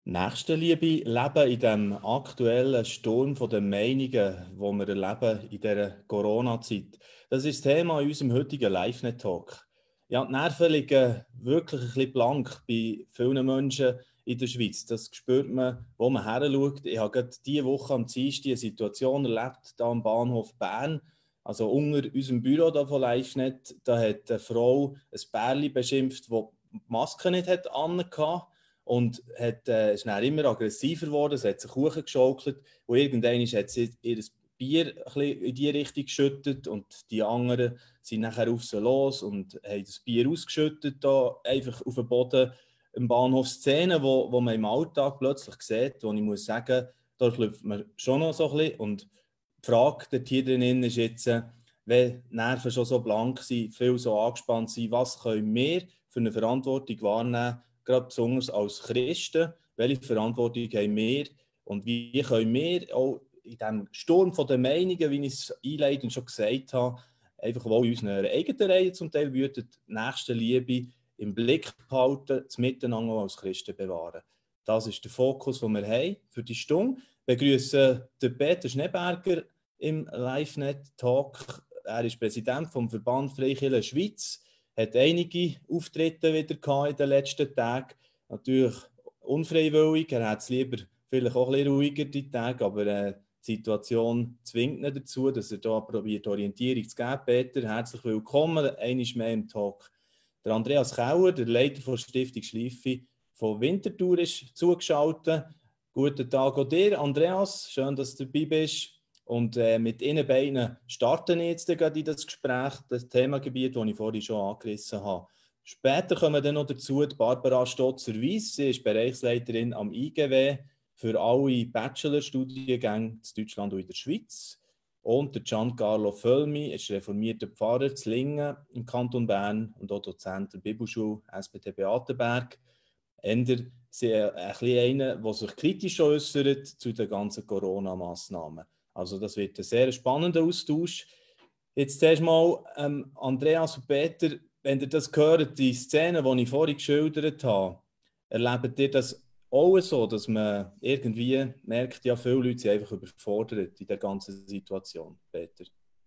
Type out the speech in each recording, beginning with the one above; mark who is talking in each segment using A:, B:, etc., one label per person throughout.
A: Nächstenliebe leben in dem aktuellen Sturm der Meinungen, wo wir erleben in dieser Corona-Zeit. Das ist das Thema in unserem heutigen Live-Net-Talk. Ja, die Nerven liegen wirklich ein bisschen blank bei vielen Menschen in der Schweiz. Das spürt man, wo man her schaut. Ich habe gerade diese Woche am Dienstag eine Situation erlebt, hier am Bahnhof Bern. Also unter unserem Büro hier von LiveNet, da hat eine Frau ein Pärchen beschimpft, das die Maske nicht anhatte. Und ist dann immer aggressiver geworden, es hat sich hochgeschaukelt und irgendwann hat sie ihr Bier ein bisschen in die Richtung geschüttet und die anderen sind nachher auf sie los und haben das Bier ausgeschüttet, da einfach auf den Boden im Bahnhof. Szenen, wo man im Alltag plötzlich sieht, wo ich muss sagen, da schlüpft man schon noch so ein bisschen. Und die Frage dort hier drin ist jetzt, wenn die Nerven schon so blank sind, viel so angespannt sind, was können wir für eine Verantwortung wahrnehmen, gerade besonders als Christen, welche Verantwortung haben wir und wie können wir auch in diesem Sturm der Meinungen, wie ich es einleitend schon gesagt habe, einfach auch in unseren eigenen Reihen zum Teil wütet, Nächstenliebe im Blick behalten, das Miteinander als Christen bewahren. Das ist der Fokus, den wir haben für die Stunde. Ich begrüße den Peter Schneeberger im LiveNet-Talk. Er ist Präsident vom Verband Freikirche Schweiz, hat einige Auftritte wieder in den letzten Tagen. Natürlich unfreiwillig, er hat es lieber vielleicht auch ein bisschen ruhiger die Tage, aber die Situation zwingt ihn dazu, dass er da probiert, Orientierung zu geben. Peter, herzlich willkommen, einmal mehr im Talk. Der Andreas Kauer, der Leiter der Stiftung Schleife von Winterthur, ist zugeschaltet. Guten Tag auch dir, Andreas, schön, dass du dabei bist. Und mit Ihnen beiden starten wir jetzt gerade in das Gespräch, das Themengebiet, das ich vorhin schon angerissen habe. Später kommen wir dann noch dazu die Barbara Stotzer-Weiss. Sie ist Bereichsleiterin am IGW für alle Bachelorstudiengänge in Deutschland und in der Schweiz. Und der Giancarlo Völmi ist reformierter Pfarrer zu Lingen im Kanton Bern und auch Dozent der Bibelschule SBT Beatenberg. Ender ist ein bisschen einer, der sich kritisch äußert zu den ganzen Corona-Massnahmen. Also das wird ein sehr spannender Austausch. Jetzt zuerst mal, Andreas und Peter, wenn ihr das hört, die Szene, die ich vorhin geschildert habe, erlebt ihr das auch so, dass man irgendwie merkt, ja, viele Leute sind einfach überfordert in der ganzen Situation, Peter?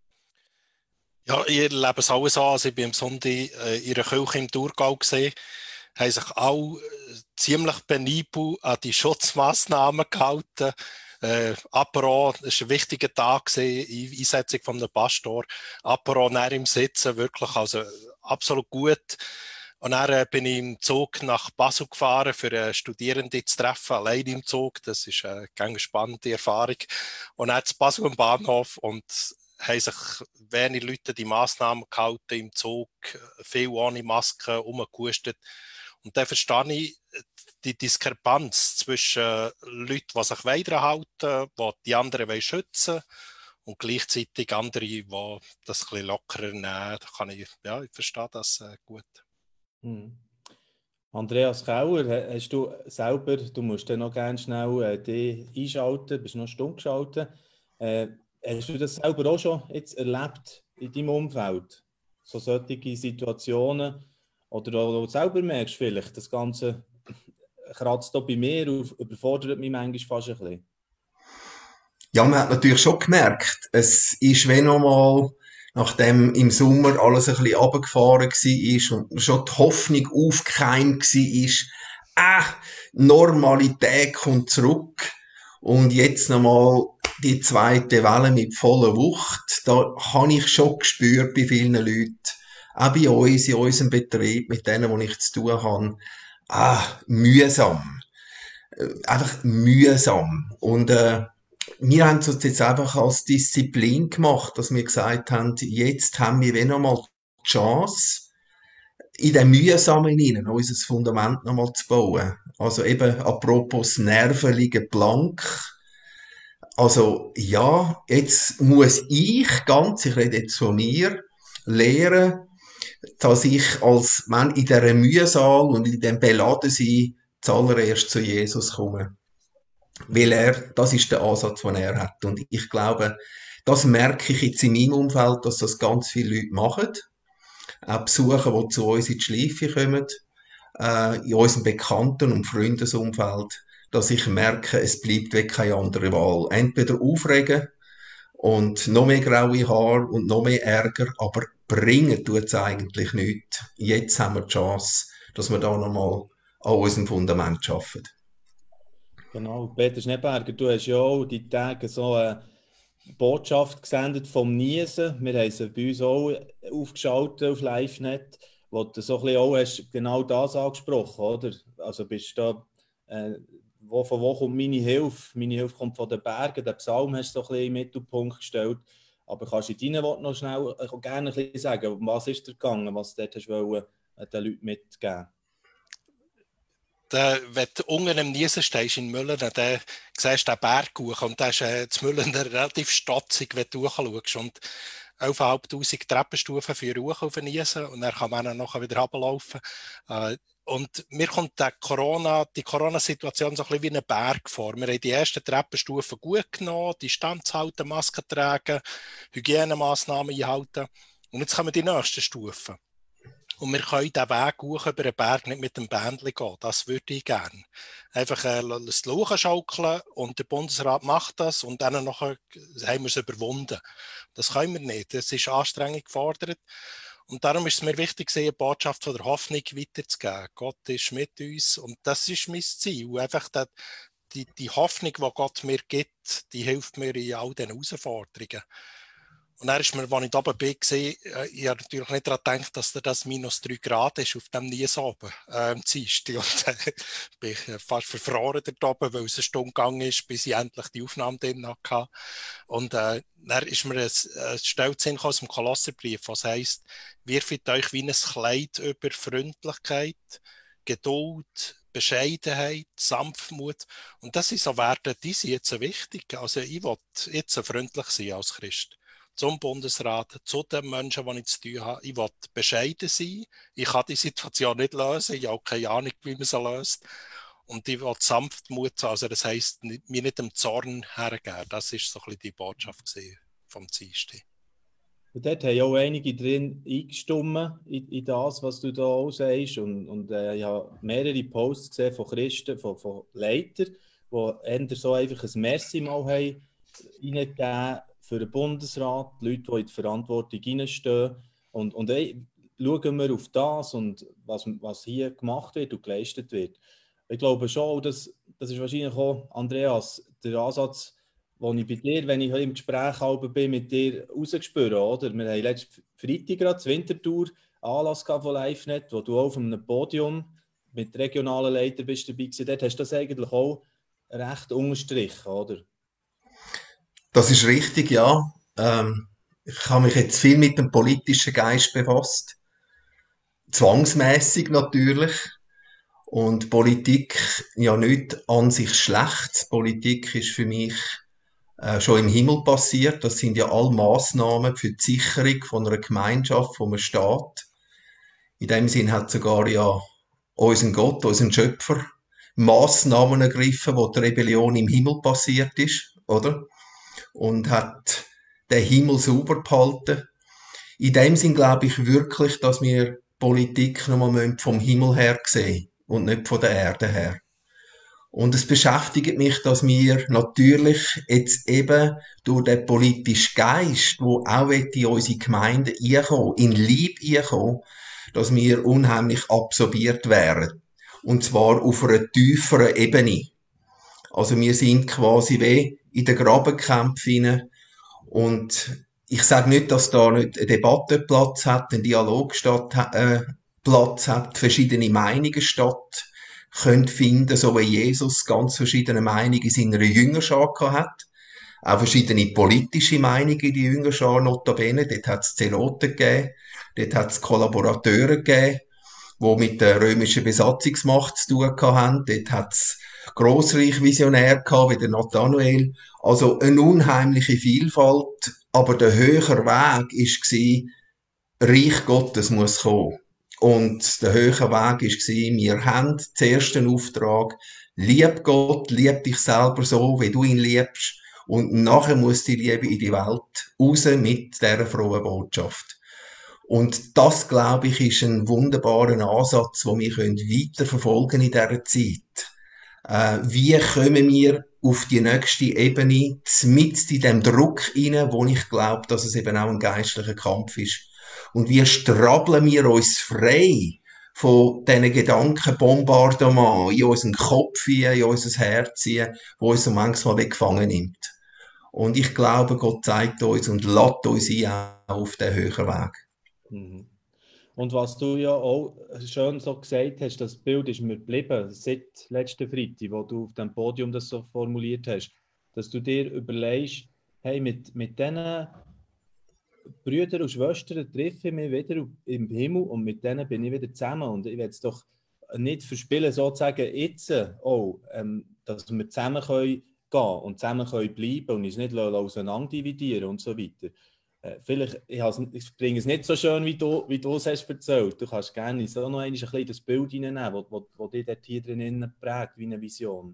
B: Ja, ich erlebe es alles an. Also ich bin am Sonntag in einer Kirche im Thurgau gesehen, haben sich alle ziemlich penibel an die Schutzmaßnahmen gehalten. Apero, es war ein wichtiger Tag, Einsetzung von einem Pastor. Apero näher im Sitzen, wirklich, also absolut gut. Und dann bin ich im Zug nach Basel gefahren, für Studierende zu treffen, allein im Zug. Das ist eine ganz spannende Erfahrung. Und dann zu Basel am Bahnhof und haben sich wenige Leute die Massnahmen gehalten im Zug, viel ohne Maske, rumgehustet. Und dann verstehe ich die Diskrepanz zwischen Leuten, die sich weiterhalten, die die anderen schützen wollen, und gleichzeitig andere, die das ein bisschen lockerer nehmen. Ich verstehe das gut.
A: Andreas Kauer, hast du selber, du musst dann noch gerne schnell dich einschalten, bist noch stumm geschaltet. Hast du das selber auch schon jetzt erlebt in deinem Umfeld? So solche Situationen? Oder auch selber merkst vielleicht, das Ganze kratzt auch bei mir auf, überfordert mich manchmal fast ein bisschen.
C: Ja, man hat natürlich schon gemerkt, es ist wenn nochmal, nachdem im Sommer alles ein bisschen runtergefahren war und schon die Hoffnung aufgekeimt war, Normalität kommt zurück und jetzt nochmal die zweite Welle mit voller Wucht, da habe ich schon gespürt bei vielen Leuten, auch bei uns, in unserem Betrieb, mit denen, die ich zu tun habe, mühsam. Einfach mühsam. Und wir haben es jetzt einfach als Disziplin gemacht, dass wir gesagt haben, jetzt haben wir noch mal die Chance, in den mühsamen hinein unser Fundament noch mal zu bauen. Also eben, apropos Nerven liegen blank. Also ja, jetzt muss ich rede jetzt von mir, lernen, dass ich als Mann in dieser Mühsal und in dem Beladensein zuallererst zu Jesus komme. Weil das ist der Ansatz, den er hat. Und ich glaube, das merke ich jetzt in meinem Umfeld, dass das ganz viele Leute machen. Auch Besucher, die zu uns in die Schleife kommen, in unserem Bekannten- und Freundesumfeld. dass ich merke, es bleibt wirklich keine andere Wahl. Entweder aufregen und noch mehr graue Haare und noch mehr Ärger, aber bringen tut es eigentlich nichts. Jetzt haben wir die Chance, dass wir da nochmal an unserem Fundament arbeiten.
A: Genau, Peter Schneeberger, du hast ja auch die Tage so eine Botschaft gesendet vom Niesen. Wir haben sie bei uns auch aufgeschaltet auf LiveNet, wo du so ein bisschen auch hast genau das angesprochen, oder? Also bist du da, von wo kommt meine Hilfe? Meine Hilfe kommt von den Bergen. Den Psalm hast du so ein bisschen in den Mittelpunkt gestellt. Aber kannst du in deinen Worten noch schnell gerne ein bisschen sagen, um was ist dir gegangen, was du dort hast wollen, den Leuten mitgeben?
B: Wenn du unten im Niesen stehst in Müllern, dann siehst du den Berg hoch und da ist das Müllern relativ stotzig, wenn du hochschaust. Und 11'500 Treppenstufen für hoch auf den Niesen und dann kann man dann nachher wieder runterlaufen. Und mir kommt die Corona-Situation so ein bisschen wie ein Berg vor. Wir haben die ersten Treppenstufen gut genommen, Distanz halten, Masken tragen, Hygienemaßnahmen einhalten. Und jetzt kommen die nächsten Stufen. Und wir können diesen Weg hoch über den Berg nicht mit dem Bändchen gehen. Das würde ich gerne. Einfach das Lauchen schaukeln und der Bundesrat macht das und dann nachher haben wir es überwunden. Das können wir nicht. Das ist Anstrengung gefordert. Und darum ist es mir wichtig, eine Botschaft von der Hoffnung weiterzugeben. Gott ist mit uns und das ist mein Ziel. Einfach die Hoffnung, die Gott mir gibt, die hilft mir in all diesen Herausforderungen. Und dann ist mir, als ich da oben bin, ich habe natürlich nicht daran gedacht, dass das -3 Grad ist auf dem Niesen oben, am Dienstag. Und bin ich fast verfroren dort oben, weil es eine Stunde gegangen ist, bis ich endlich die Aufnahme drin hatte. Und dann ist mir ein Stellzinn aus dem Kolosserbrief, was heisst, wirft euch wie ein Kleid über Freundlichkeit, Geduld, Bescheidenheit, Sanftmut. Und das sind so Werte, die sind jetzt wichtig. Also ich will jetzt freundlich sein als Christ. Zum Bundesrat, zu den Menschen, die ich zu tun habe. Ich will bescheiden sein. Ich kann die Situation nicht lösen. Ich habe auch keine Ahnung, wie man sie löst. Und ich will Sanftmut, also das heisst, mir nicht dem Zorn hergeben. Das war so ein bisschen die Botschaft vom Dienstag.
A: Und dort haben auch einige drin eingestimmt in das, was du da auch sagst. Und ich habe mehrere Posts gesehen von Christen, von Leitern, die eher so einfach ein Merci mal haben reingegeben für den Bundesrat, die Leute, die in die Verantwortung hineinstehen. Und schauen wir auf das und was hier gemacht wird und geleistet wird. Ich glaube schon, das ist wahrscheinlich auch, Andreas, der Ansatz, den ich bei dir, wenn ich im Gespräch bin, mit dir rausgespürt, oder? Wir haben letzten Freitag gerade, zur Winterthur, Anlass von LiveNet, wo du auf einem Podium mit regionalen Leitern bist dabei gewesen. Dort hast du das eigentlich auch recht unterstrichen, oder?
C: Das ist richtig, ja. Ich habe mich jetzt viel mit dem politischen Geist befasst. Zwangsmäßig natürlich. Und Politik, ja, nicht an sich schlecht. Politik ist für mich schon im Himmel passiert. Das sind ja all Massnahmen für die Sicherung von einer Gemeinschaft, wo man steht. In dem Sinn hat sogar ja unseren Gott, unseren Schöpfer, Massnahmen ergriffen, wo die Rebellion im Himmel passiert ist, oder? Und hat den Himmel sauber behalten. In dem Sinn glaube ich wirklich, dass wir Politik nochmal vom Himmel her sehen und nicht von der Erde her. Und es beschäftigt mich, dass wir natürlich jetzt eben durch den politischen Geist, wo auch in unsere Gemeinde reinkommen, in Liebe reinkommen, dass wir unheimlich absorbiert wären. Und zwar auf einer tieferen Ebene. Also wir sind quasi wie in den Grabenkämpfen hinein. Und ich sage nicht, dass da nicht eine Debatte Platz hat, ein Dialog Platz hat, verschiedene Meinungen statt können finden, so wie Jesus ganz verschiedene Meinungen in seiner Jüngerschar hat. Auch verschiedene politische Meinungen in die Jüngerschar notabene. Dort hat es Zeloten gegeben, dort hat es Kollaborateure gegeben, die mit der römischen Besatzungsmacht zu tun haben. Dort hat es Grossreich-Visionäre gehabt, wie der Nathanael. Also eine unheimliche Vielfalt. Aber der höhere Weg war, Reich Gottes muss kommen. Und der höhere Weg war, wir haben den ersten Auftrag, lieb Gott, lieb dich selber so, wie du ihn liebst. Und nachher muss die Liebe in die Welt raus mit dieser frohen Botschaft. Und das, glaube ich, ist ein wunderbarer Ansatz, den wir weiter verfolgen in dieser Zeit. Wie kommen wir auf die nächste Ebene, mit in dem Druck hinein, wo ich glaube, dass es eben auch ein geistlicher Kampf ist. Und wie strabbeln wir uns frei von diesen Gedankenbombardement in unseren Kopf, in unser Herz, wo uns so manchmal gefangen nimmt. Und ich glaube, Gott zeigt uns und lädt uns ein auf den höheren Weg.
A: Mhm. Und was du ja auch schön so gesagt hast, das Bild ist mir geblieben, seit letzten Freitag, wo du auf dem Podium das so formuliert hast, dass du dir überlegst, hey, mit diesen Brüdern und Schwestern treffe ich mich wieder im Himmel und mit denen bin ich wieder zusammen. Und ich will es doch nicht verspielen, sozusagen jetzt auch, dass wir zusammen können gehen und zusammen können bleiben und uns nicht auseinander dividieren und so weiter. Vielleicht, ich bringe es nicht so schön, wie du es hast erzählt. Du kannst gerne so noch ein bisschen das Bild hineinnehmen, das dich dort hier drin prägt, wie eine Vision.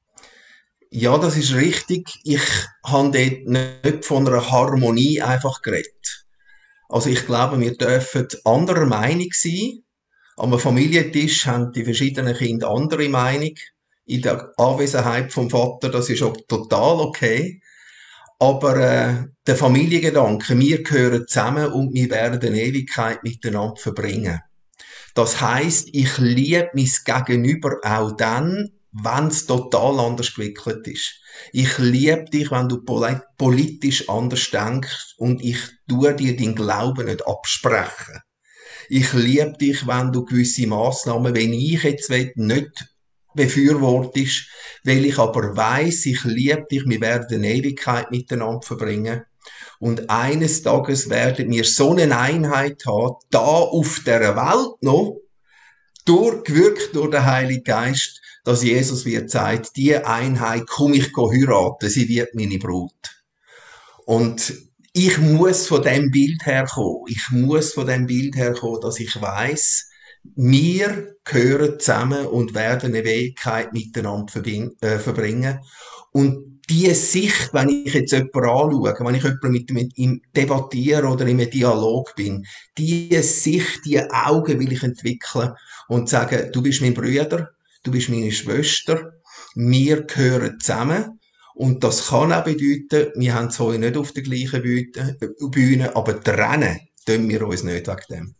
C: Ja, das ist richtig. Ich habe dort nicht von einer Harmonie einfach geredet. Also ich glaube, wir dürfen anderer Meinung sein. Am Familientisch haben die verschiedenen Kinder andere Meinung. In der Anwesenheit vom Vater, das ist auch total okay. Aber der Familiengedanke, wir gehören zusammen und wir werden eine Ewigkeit miteinander verbringen. Das heisst, ich liebe mein Gegenüber auch dann, wenn es total anders gewickelt ist. Ich liebe dich, wenn du politisch anders denkst und ich tue dir deinen Glauben nicht absprechen. Ich liebe dich, wenn du gewisse Massnahmen, wenn ich jetzt nicht befürwortest, weil ich aber weiss, ich liebe dich, wir werden eine Ewigkeit miteinander verbringen. Und eines Tages werden wir so eine Einheit haben, da auf der Welt noch, gewirkt durch den Heiligen Geist, dass Jesus wird sagt, die Einheit komme ich heiraten, sie wird meine Brut. Und ich muss von dem Bild herkommen. Ich muss von dem Bild herkommen, dass ich weiss, wir gehören zusammen und werden eine Ewigkeit miteinander verbringen. Und diese Sicht, wenn ich jetzt jemanden anschaue, wenn ich jemanden mit ihm debattiere oder in einem Dialog bin, diese Sicht, diese Augen will ich entwickeln und sagen, du bist mein Bruder, du bist meine Schwester, wir gehören zusammen. Und das kann auch bedeuten, wir haben zwar nicht auf der gleichen Bühne, aber trennen tun wir uns nicht wegen dem.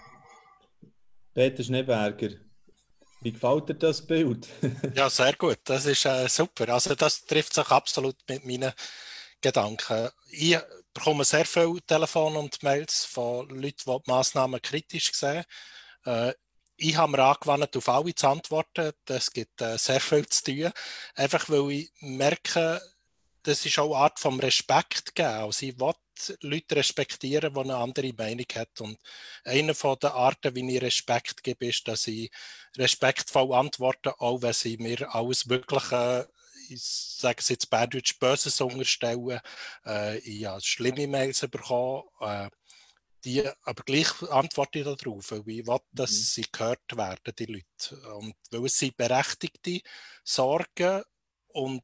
A: Peter Schneeberger, wie gefällt dir das Bild?
B: Ja, sehr gut. Das ist super. Also das trifft sich absolut mit meinen Gedanken. Ich bekomme sehr viele Telefone und Mails von Leuten, die die Massnahmen kritisch sehen. Ich habe mir angewandt, auf alle zu antworten. Das gibt sehr viel zu tun. Einfach weil ich merke, das ist auch eine Art vom Respekt geben. Also ich will Leute respektieren, die eine andere Meinung haben. Und eine der Arten, wie ich Respekt gebe, ist, dass ich respektvoll antworte, auch wenn sie mir alles Mögliche, ich sage es jetzt berndeutsch, Böses unterstellen. Ich habe schlimme Mails bekommen. Aber gleich antworte ich darauf, weil ich will, dass sie gehört werden, die Leute. Und weil es sind berechtigte Sorgen und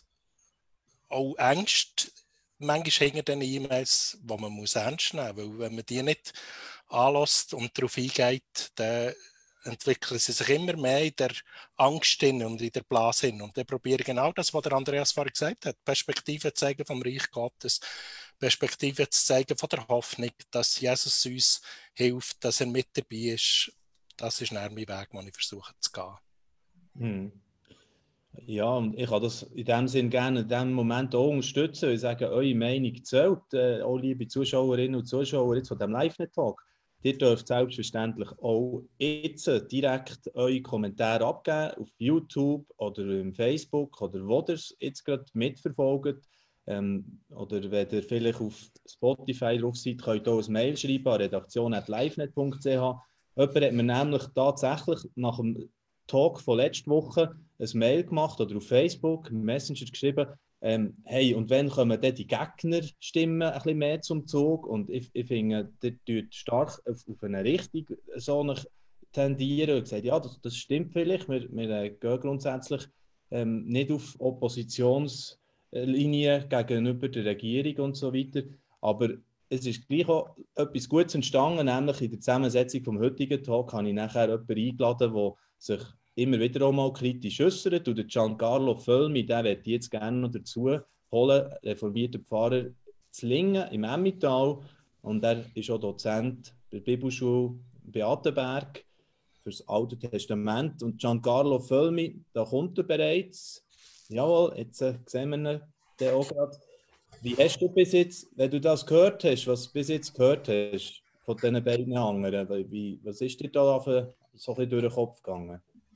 B: auch Ängste manchmal hinter den E-Mails, die man ernst nehmen muss. Weil wenn man die nicht anlässt und darauf eingeht, dann entwickeln sie sich immer mehr in der Angst und in der Blase hin. Und dann probiere ich genau das, was der Andreas vorhin gesagt hat, Perspektive zu zeigen vom Reich Gottes, Perspektive zu zeigen von der Hoffnung, dass Jesus uns hilft, dass er mit dabei ist. Das ist dann mein Weg, den ich versuche zu gehen.
A: Ja, und ich kann das in dem Sinn gerne in diesem Moment auch unterstützen. Ich sage, eure Meinung zählt, auch liebe Zuschauerinnen und Zuschauer jetzt von diesem Live-Net-Talk. Ihr dürft selbstverständlich auch jetzt direkt eure Kommentare abgeben auf YouTube oder im Facebook oder wo ihr es jetzt gerade mitverfolgt. Oder wenn ihr vielleicht auf Spotify drauf seid, könnt ihr auch ein Mail schreiben an redaktion@livenet.ch. Jemand hat mir nämlich tatsächlich nach dem Talk von letzter Woche ein Mail gemacht oder auf Facebook, im Messenger geschrieben, hey, und wann kommen dann die Gegnerstimmen ein bisschen mehr zum Zug? Und ich finde, der tut stark auf eine Richtung so tendieren und gesagt, ja, das stimmt vielleicht, wir gehen grundsätzlich nicht auf Oppositionslinie gegenüber der Regierung und so weiter, aber es ist gleich auch etwas Gutes entstanden, nämlich in der Zusammensetzung vom heutigen Talk habe ich nachher jemanden eingeladen, der sich immer wieder auch mal kritisch äußert. Und der Giancarlo Völmi, der möchte ich jetzt gerne noch dazu holen, reformierter Pfarrer zu Lingen im Emmental. Und er ist auch Dozent bei der Bibelschule Beatenberg für das Alte Testament. Und Giancarlo Völmi, da kommt er bereits. Jawohl, jetzt sehen wir ihn auch gerade. Wie hast du bis jetzt, wenn du das gehört hast, was du bis jetzt gehört hast von diesen beiden anderen, was ist dir da so ein bisschen durch den Kopf gegangen?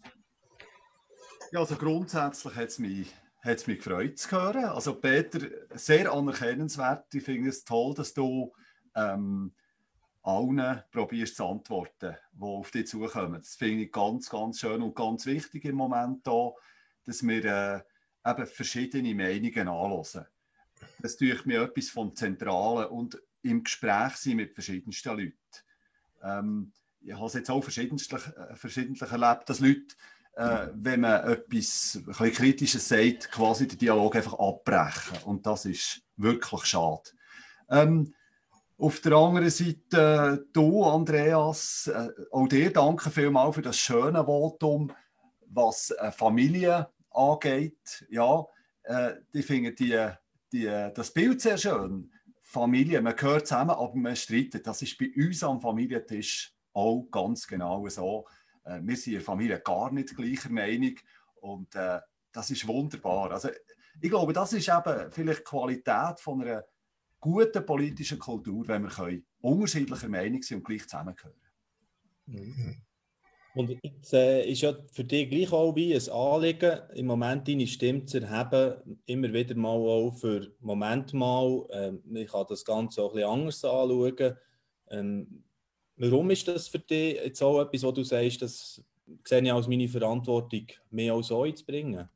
D: Ja, also grundsätzlich hat es mich gefreut zu hören. Also Peter, sehr anerkennenswert. Ich finde es toll, dass du allen probierst zu antworten, die auf dich zukommen. Das finde ich ganz, ganz schön und ganz wichtig im Moment da, dass wir eben verschiedene Meinungen anhören. Das tue ich mir etwas vom Zentralen und im Gespräch sein mit verschiedensten Leuten. Ich habe es jetzt auch verschiedentlich erlebt, dass Leute, wenn man etwas ein bisschen Kritisches sagt, quasi den Dialog einfach abbrechen. Und das ist wirklich schade. Auf der anderen Seite, du, Andreas, auch dir danke vielmals für das schöne Votum, was Familie angeht. Ja, ich finde das Bild sehr schön. Familie, man gehört zusammen, aber man streitet. Das ist bei uns am Familientisch auch ganz genau so. Wir sind in der Familie gar nicht gleicher Meinung und das ist wunderbar. Also, ich glaube, das ist eben vielleicht die Qualität von einer guten politischen Kultur, wenn wir unterschiedlicher Meinung sind und gleich zusammengehören.
A: Mhm. Und jetzt ist ja für dich gleich auch wie ein Anliegen, im Moment deine Stimme zu erheben, immer wieder mal auch für Moment mal, ich kann das Ganze auch ein bisschen anders anschauen. Warum ist das für dich jetzt auch etwas, wo du sagst, das sehe ich als meine Verantwortung, mehr auch so einzubringen?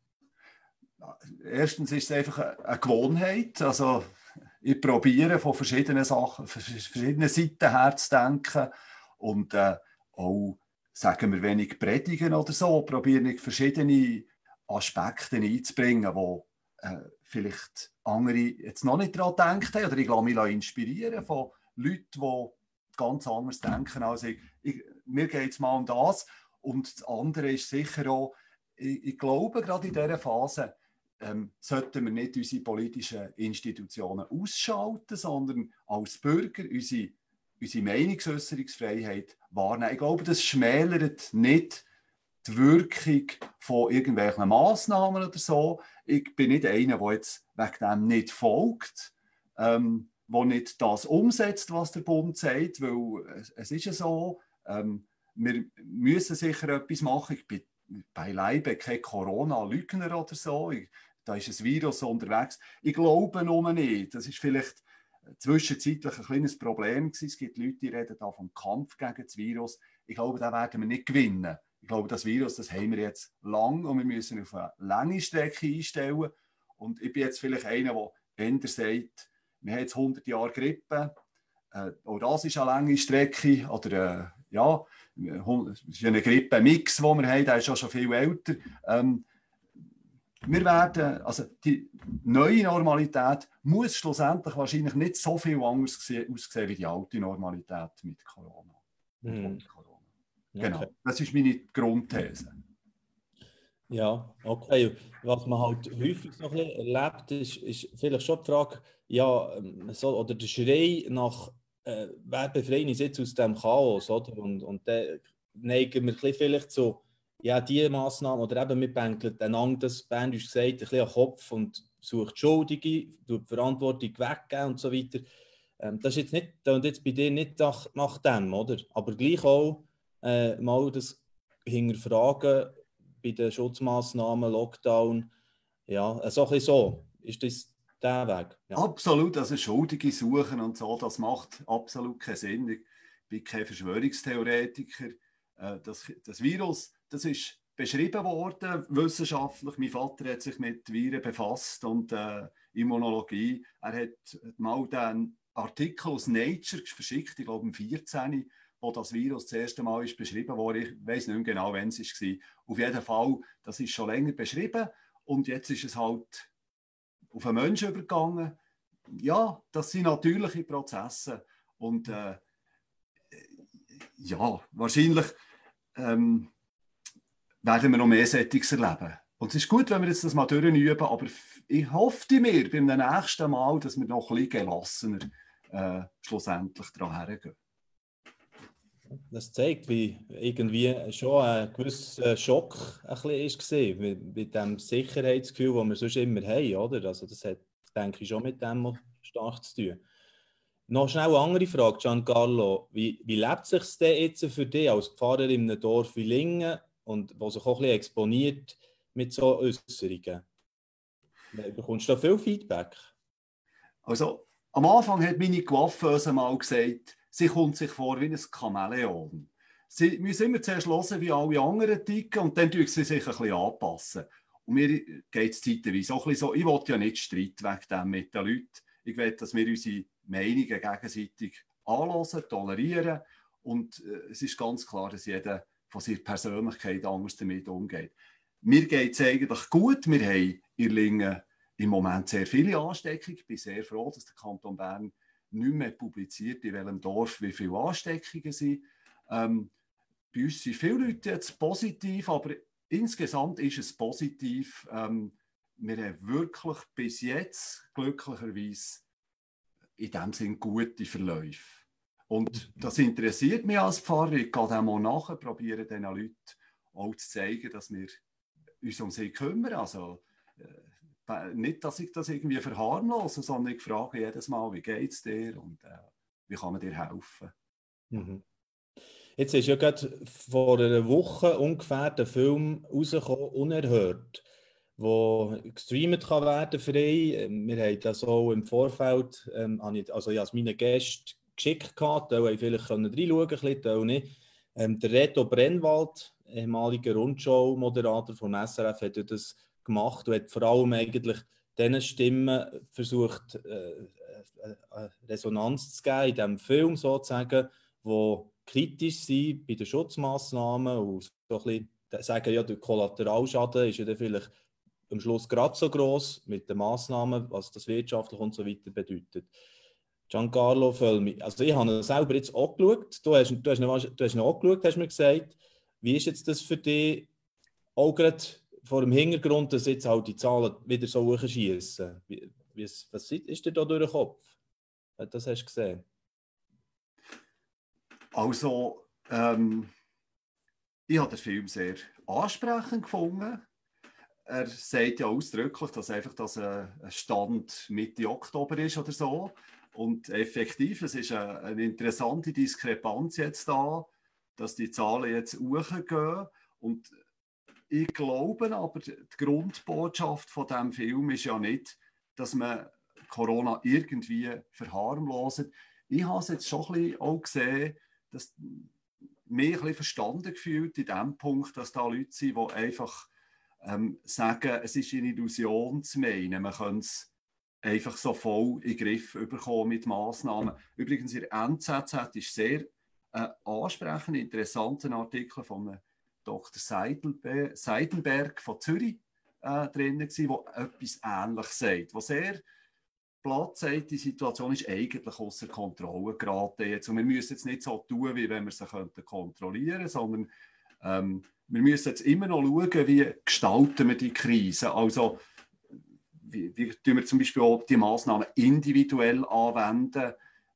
D: Erstens ist es einfach eine Gewohnheit. Also, ich probiere von verschiedenen Sachen, verschiedenen Seiten her zu denken und auch, sagen wir, wenig predigen oder so, probiere ich verschiedene Aspekte einzubringen, wo vielleicht andere jetzt noch nicht daran denken oder ich lasse mich inspirieren von Leuten, die ganz anders denken als ich. Mir geht es mal um das. Und das andere ist sicher auch, ich glaube, gerade in dieser Phase sollten wir nicht unsere politischen Institutionen ausschalten, sondern als Bürger unsere Meinungsäußerungsfreiheit wahrnehmen. Ich glaube, das schmälert nicht die Wirkung von irgendwelchen Massnahmen oder so. Ich bin nicht einer, der jetzt wegen dem nicht folgt, der nicht das umsetzt, was der Bund sagt, weil es ist ja so, wir müssen sicher etwas machen. Ich bin beileibe kein Corona-Lügner oder so. Da ist ein Virus unterwegs. Ich glaube nur nicht. Das ist vielleicht zwischenzeitlich ein kleines Problem gewesen. Es gibt Leute, die reden da vom Kampf gegen das Virus. Ich glaube, da werden wir nicht gewinnen. Ich glaube, das Virus, das haben wir jetzt lang und wir müssen auf eine lange Strecke einstellen. Und ich bin jetzt vielleicht einer, der eher sagt, wir haben jetzt 100 Jahre Grippe. Auch das ist eine lange Strecke. Oder ja, es ist eine Grippe-Mix, den wir haben, der ist schon viel älter. Wir werden, also die neue Normalität muss schlussendlich wahrscheinlich nicht so viel anders aussehen wie die alte Normalität mit Corona. Mit Corona. Genau, okay. Das ist meine Grundthese.
A: Ja, okay. Was man halt häufig so ein bisschen erlebt, ist vielleicht schon die Frage, ja, so, oder der Schrei nach wer befreien uns jetzt aus dem Chaos, oder? Und dann neigen wir vielleicht so, ja, diese Massnahmen, oder eben wir bänkeln einander, das Band ist gesagt, ein bisschen an den Kopf und sucht Schuldige, tut die Verantwortung weggeben und so weiter. Das ist jetzt nicht, und jetzt bei dir nicht nach dem, oder? Aber gleich auch mal das hinterfragen bei den Schutzmaßnahmen, Lockdown, ja, so ein bisschen so. Ist das der Weg? Ja.
D: Absolut, also Schuldige suchen und so, das macht absolut keinen Sinn. Ich bin kein Verschwörungstheoretiker. Das Virus, das ist beschrieben worden, wissenschaftlich. Mein Vater hat sich mit Viren befasst und Immunologie. Er hat mal den Artikel aus Nature verschickt, ich glaube im 14, wo das Virus das erste Mal ist beschrieben wurde. Ich weiß nicht mehr genau, wann es war. Auf jeden Fall, das ist schon länger beschrieben und jetzt ist es halt auf einen Menschen übergegangen. Ja, das sind natürliche Prozesse und ja, wahrscheinlich werden wir noch mehr Settings erleben. Und es ist gut, wenn wir jetzt das mal durchüben, aber ich hoffe mir beim nächsten Mal, dass wir noch ein bisschen gelassener schlussendlich daran hergehen.
A: Das zeigt, wie irgendwie schon ein gewisser Schock ein bisschen war, mit dem Sicherheitsgefühl, das wir sonst immer haben, oder? Also das hat, denke ich, schon mit dem stark zu tun. Noch schnell eine andere Frage, Giancarlo. Wie lebt es sich denn jetzt für dich als Pfarrer in einem Dorf wie Lingen und wo sich auch ein bisschen exponiert mit so Äußerungen? Bekommst du da viel Feedback?
D: Also, am Anfang hat meine Coiffeuse mal gesagt, sie kommt sich vor wie ein Chamäleon. Sie müssen immer zuerst hören, wie alle anderen ticken und dann tun sie sich ein bisschen anpassen. Und mir geht es zeitweise auch ein bisschen so, ich will ja nicht Streit wegen dem mit den Leuten. Ich will, dass wir unsere Meinungen gegenseitig anhören, tolerieren und es ist ganz klar, dass jeder von seiner Persönlichkeit anders damit umgeht. Mir geht es eigentlich gut. Wir haben in Lingen im Moment sehr viele Ansteckungen. Ich bin sehr froh, dass der Kanton Bern nicht mehr publiziert, in welchem Dorf wie viele Ansteckungen sind. Bei uns sind viele Leute jetzt positiv, aber insgesamt ist es positiv. Wir haben wirklich bis jetzt glücklicherweise in dem Sinn gute Verläufe. Und das interessiert mich als Pfarrer. Ich gehe dem auch nachher, probiere diesen Leuten auch zu zeigen, dass wir uns um sie kümmern. Also, nicht, dass ich das irgendwie verharmlose, sondern ich frage jedes Mal, wie geht es dir und wie kann man dir helfen?
A: Mhm. Jetzt ist ja gerade vor einer Woche ungefähr der Film rausgekommen, «Unerhört», wo gestreamt kann werden frei. Wir haben das auch im Vorfeld, ich als meine Gäste geschickt gehabt, da vielleicht reinschauen können, da nicht. Der Reto Brennwald, ehemaliger Rundschau-Moderator vom SRF, hat das gemacht und hat vor allem eigentlich diesen Stimmen versucht, Resonanz zu geben in diesem Film sozusagen, wo kritisch sind bei den Schutzmaßnahmen und so ein bisschen sagen, ja, der Kollateralschaden ist ja dann vielleicht am Schluss gerade so gross mit den Massnahmen, was das wirtschaftlich und so weiter bedeutet. Giancarlo Völmi, also ich habe ihn selber jetzt auch geschaut, du hast ihn auch geschaut, hast du mir gesagt. Wie ist jetzt das für dich, auch gerade vor dem Hintergrund, dass jetzt halt die Zahlen wieder so hochschießen? Was ist dir da durch den Kopf? Das hast du gesehen.
D: Also, ich habe den Film sehr ansprechend gefunden. Er sagt ja ausdrücklich, dass einfach das ein Stand Mitte Oktober ist oder so. Und effektiv, es ist eine interessante Diskrepanz jetzt da, dass die Zahlen jetzt hochgehen. Und ich glaube aber, die Grundbotschaft von diesem Film ist ja nicht, dass man Corona irgendwie verharmlost. Ich habe es jetzt schon ein bisschen auch gesehen, dass mich ein bisschen verstanden gefühlt in dem Punkt, dass da Leute sind, die einfach sagen, es ist eine Illusion zu meinen, man könnte es einfach so voll in den Griff bekommen mit Massnahmen. Übrigens, in der NZZ ist sehr ansprechend, interessanter Artikel von Dr. Seidenberg von Zürich drin, der etwas Ähnliches sagt, wo sehr platt sagt, die Situation ist eigentlich außer Kontrolle geraten jetzt. Und wir müssen jetzt nicht so tun, wie wenn wir sie kontrollieren könnten, sondern wir müssen jetzt immer noch schauen, wie gestalten wir die Krise. Also, wie tun wir zum Beispiel auch die Massnahmen individuell anwenden.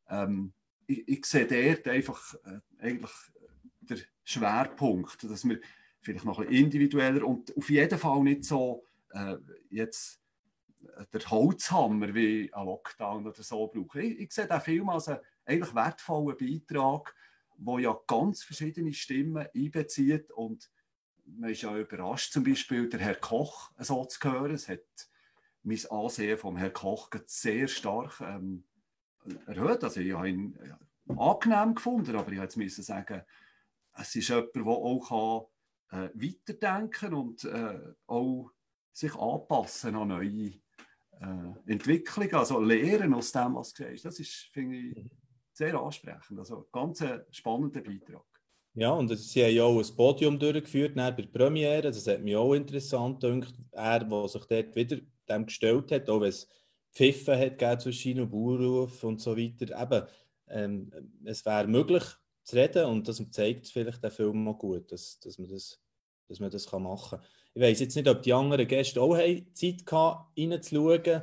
D: Ich sehe dort einfach eigentlich der Schwerpunkt, dass wir vielleicht noch ein bisschen individueller und auf jeden Fall nicht so jetzt der Holzhammer wie ein Lockdown oder so brauchen. Ich sehe den Film als einen eigentlich wertvollen Beitrag, der ja ganz verschiedene Stimmen einbezieht und man ist ja überrascht, zum Beispiel der Herr Koch so zu hören. Es hat mein Ansehen vom Herrn Koch sehr stark erhöht. Also ich habe ihn angenehm gefunden, aber ich musste jetzt sagen, es ist jemand, der auch weiterdenken kann und auch sich anpassen an neue Entwicklungen, also lernen aus dem, was du siehst. Das ist, finde ich, sehr ansprechend. Also ganz ein spannender Beitrag.
A: Ja, und sie haben ja auch ein Podium durchgeführt bei der Premiere. Das hat mich auch interessant gedacht. Er, der sich dort wieder dem gestellt hat, auch wenn es Pfiffen hat zwischen und Bauernruf und so weiter. Eben, es wäre möglich zu reden und das zeigt vielleicht der Film auch gut, dass man das dass man das machen kann. Ich weiss jetzt nicht, ob die anderen Gäste auch Zeit hatten, reinzuschauen.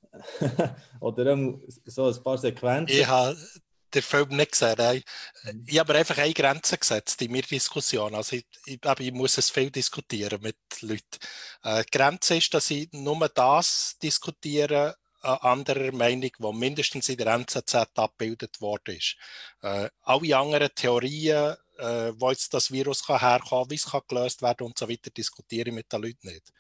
A: Oder so ein paar Sequenzen.
B: Ich habe den Film nicht gesehen. Nein. Ich habe einfach eine Grenze gesetzt in meiner Diskussion. Also ich muss es viel diskutieren mit Leuten. Die Grenze ist, dass ich nur das diskutiere, eine andere Meinung, die mindestens in der NZZ abgebildet worden ist. Alle anderen Theorien, wo jetzt das Virus herkommen kann, wie es gelöst werden und so weiter, diskutiere ich mit den Leuten nicht.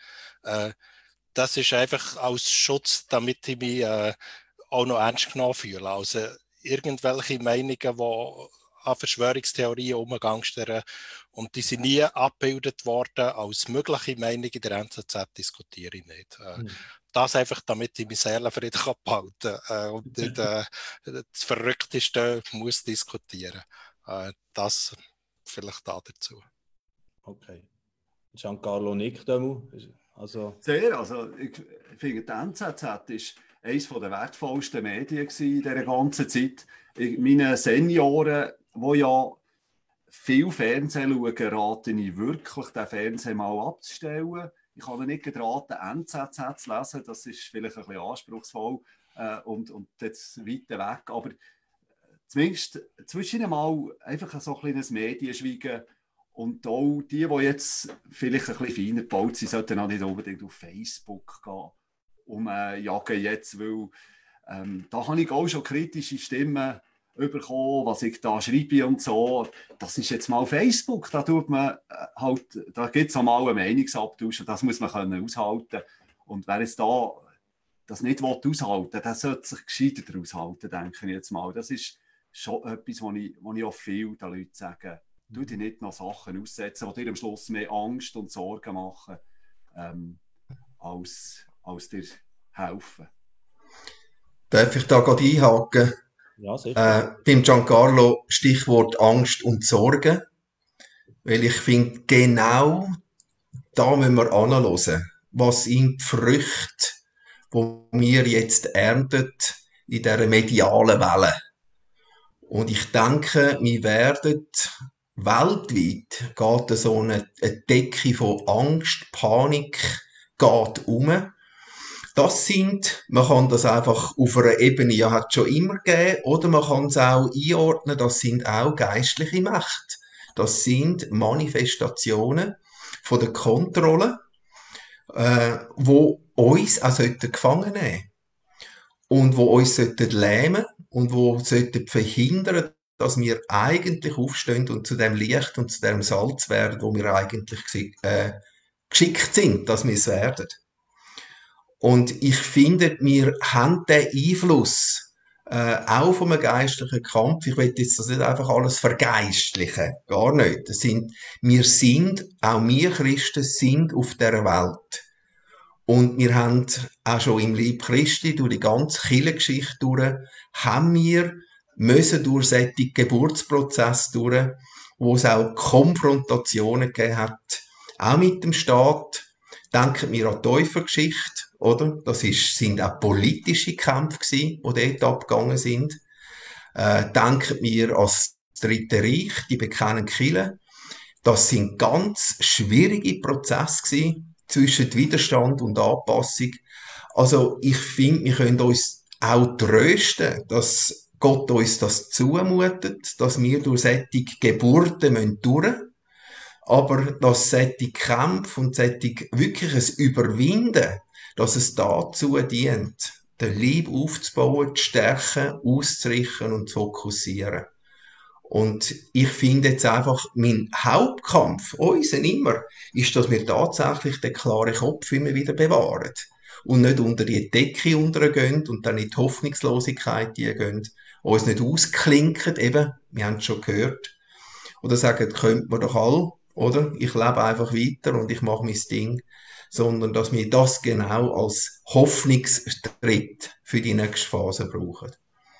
B: Das ist einfach als Schutz, damit ich mich auch noch ernst genommen fühle. Also irgendwelche Meinungen, die an Verschwörungstheorien umgangstern und die sind nie abgebildet worden als mögliche Meinung in der NZZ, diskutiere ich nicht. Das einfach, damit ich meine Seelenfrieden behalten kann und nicht das Verrückteste muss diskutieren. Das vielleicht da dazu.
A: Okay. Giancarlo Nick, also...
D: Sehr, also ich finde, die NZZ ist eines der wertvollsten Medien in dieser ganzen Zeit. Meine Senioren, die ja viel Fernsehen schauen, rate ich wirklich, den Fernsehen mal abzustellen. Ich kann nicht raten, NZZ zu lesen, das ist vielleicht ein bisschen anspruchsvoll und jetzt weit weg, aber zumindest zwischen mal einfach so ein kleines Medienschweigen. Und auch die jetzt vielleicht ein bisschen feiner gebaut sind, sollten auch nicht unbedingt auf Facebook gehen, jagen jetzt, weil da habe ich auch schon kritische Stimmen bekommen, was ich da schreibe und so. Das ist jetzt mal Facebook, da tut man da gibt es mal einen Meinungsabtausch und das muss man können aushalten. Und wer jetzt da das nicht aushalten will, der sollte sich gescheiter daraus halten, denke ich jetzt mal. Das ist schon etwas, was ich auch viel den Leuten sage. Du dir nicht noch Sachen aussetzen, die dir am Schluss mehr Angst und Sorgen machen, als dir helfen.
C: Darf ich da gerade einhaken?
A: Ja, sicher.
C: Beim Giancarlo Stichwort Angst und Sorgen. Weil ich finde, genau da müssen wir anhören, was sind die Früchte, die wir jetzt ernten in dieser medialen Welle. Und ich denke, wir werden weltweit geht so eine Decke von Angst, Panik geht Das sind, man kann das einfach auf einer Ebene, ja, hat es schon immer gegeben, oder man kann es auch einordnen, das sind auch geistliche Mächte. Das sind Manifestationen von der Kontrolle, wo uns auch gefangen nehmen sollten. Und wo uns lähmen und wo verhindern, dass wir eigentlich aufstehen und zu dem Licht und zu dem Salz werden, wo wir eigentlich geschickt sind, dass wir es werden. Und ich finde, wir haben den Einfluss auch von einem geistlichen Kampf. Ich will jetzt das nicht einfach alles vergeistlichen, gar nicht. Auch wir Christen sind auf dieser Welt. Und wir haben auch schon im Leib Christi, durch die ganze Kirchengeschichte durch, müssen durch solche Geburtsprozesse durch, wo es auch Konfrontationen gegeben hat, auch mit dem Staat. Denken wir an die Täufergeschichte, oder? Sind auch politische Kämpfe gewesen, die dort abgegangen sind. Denken wir an das Dritte Reich, die bekannten Kirchen. Das sind ganz schwierige Prozesse gewesen, zwischen Widerstand und Anpassung. Also ich finde, wir können uns auch trösten, dass Gott uns das zumutet, dass wir durch solche Geburten durch müssen, aber dass solche Kämpfe und solche wirkliches Überwinden, dass es dazu dient, den Leib aufzubauen, zu stärken, auszurichten und zu fokussieren. Und ich finde jetzt einfach, mein Hauptkampf, unseren immer, ist, dass wir tatsächlich den klaren Kopf immer wieder bewahren. Und nicht unter die Decke untergehen und dann in die Hoffnungslosigkeit gehen, uns nicht ausklinken, eben, wir haben es schon gehört, oder sagen, könnte man doch all, oder? Ich lebe einfach weiter und ich mache mein Ding. Sondern, dass wir das genau als Hoffnungstritt für die nächste Phase brauchen.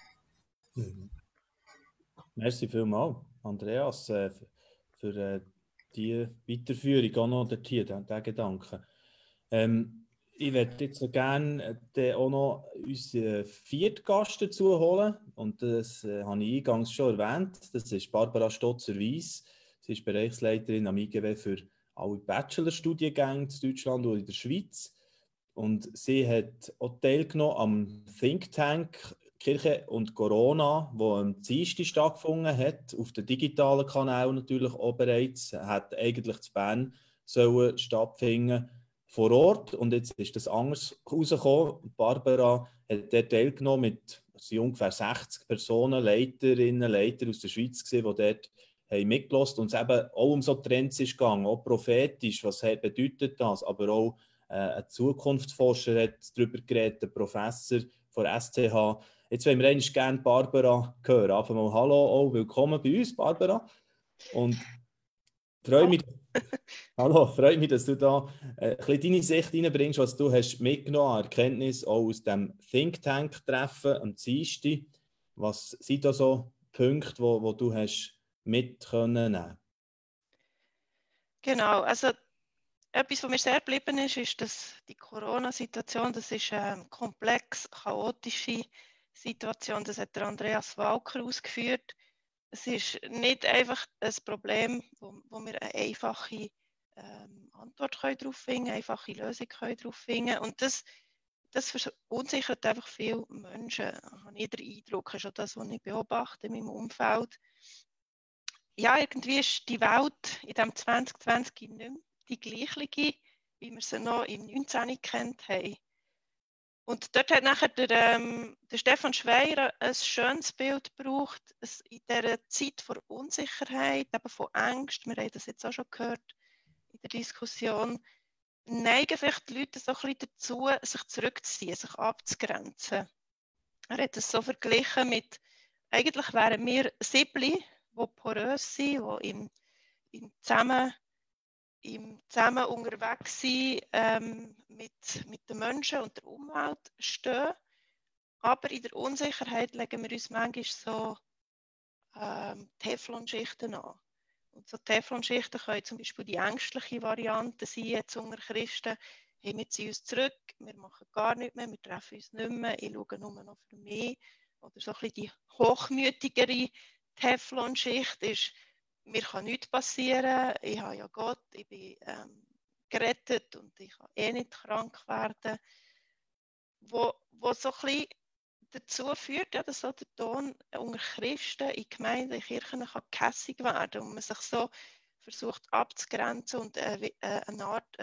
A: Merci vielmals, Andreas, für die Weiterführung auch noch dorthin, diesen Gedanken. Ich würde jetzt gerne auch noch unseren vierten Gast dazu holen. Und das habe ich eingangs schon erwähnt. Das ist Barbara Stotzer-Weiss. Sie ist Bereichsleiterin am IGW für alle Bachelorstudiengänge in Deutschland und in der Schweiz. Und sie hat auch teilgenommen am Think Tank Kirche und Corona, wo am Dienstag stattgefunden hat, auf dem digitalen Kanal natürlich auch bereits, hat eigentlich zu Bern sollen stattfinden vor Ort. Und jetzt ist das anders rausgekommen. Barbara hat dort teilgenommen mit ungefähr 60 Personen, Leiterinnen, Leiter aus der Schweiz, die dort mitgelassen haben. Und es eben auch um so Trends ist gegangen, auch prophetisch, was bedeutet das, aber auch ein Zukunftsforscher hat darüber geredet, ein Professor von SCH. Jetzt wollen wir eigentlich gerne Barbara hören. Einfach mal hallo, auch willkommen bei uns, Barbara. Und freue mich, freue mich, dass du da ein bisschen deine Sicht reinbringst, was du hast mitgenommen an Erkenntnis auch aus dem Think Tank-Treffen am Dienstag. Was sind da so Punkte, wo du hast mit können nehmen?
E: Genau, also etwas, was mir sehr geblieben ist, dass die Corona-Situation, das ist eine komplex, chaotische Situation, das hat der Andreas Walker ausgeführt. Es ist nicht einfach ein Problem, wo wir eine einfache Antwort darauf finden, eine einfache Lösung darauf finden. Und das verunsichert einfach viele Menschen, habe ich den Eindruck, ist auch das, was ich beobachte in meinem Umfeld. Ja, irgendwie ist die Welt in diesem 2020 nicht mehr die gleiche, wie wir sie noch im 19. kennt haben. Und dort hat nachher der Stefan Schweier ein schönes Bild gebraucht, in dieser Zeit von Unsicherheit, eben von Angst, wir haben das jetzt auch schon gehört in der Diskussion, neigen vielleicht die Leute so ein bisschen dazu, sich zurückzuziehen, sich abzugrenzen. Er hat es so verglichen mit, eigentlich wären wir Siebli, die porös sind, die zusammen unterwegs sind, mit den Menschen und der Umwelt stehen. Aber in der Unsicherheit legen wir uns manchmal so Teflonschichten an. Und so Teflonschichten können zum Beispiel die ängstliche Variante sein, jetzt unter Christen. Hey, wir ziehen uns zurück, wir machen gar nichts mehr, wir treffen uns nicht mehr, ich schaue nur noch für mich. Oder so ein bisschen die hochmütigere Teflonschicht ist, mir kann nichts passieren, ich habe ja Gott, ich bin gerettet und ich kann nicht krank werden. Wo so ein bisschen dazu führt, ja, dass so der Ton unter Christen in Gemeinden, in Kirchen kann gehässig werden und man sich so versucht abzugrenzen und eine Art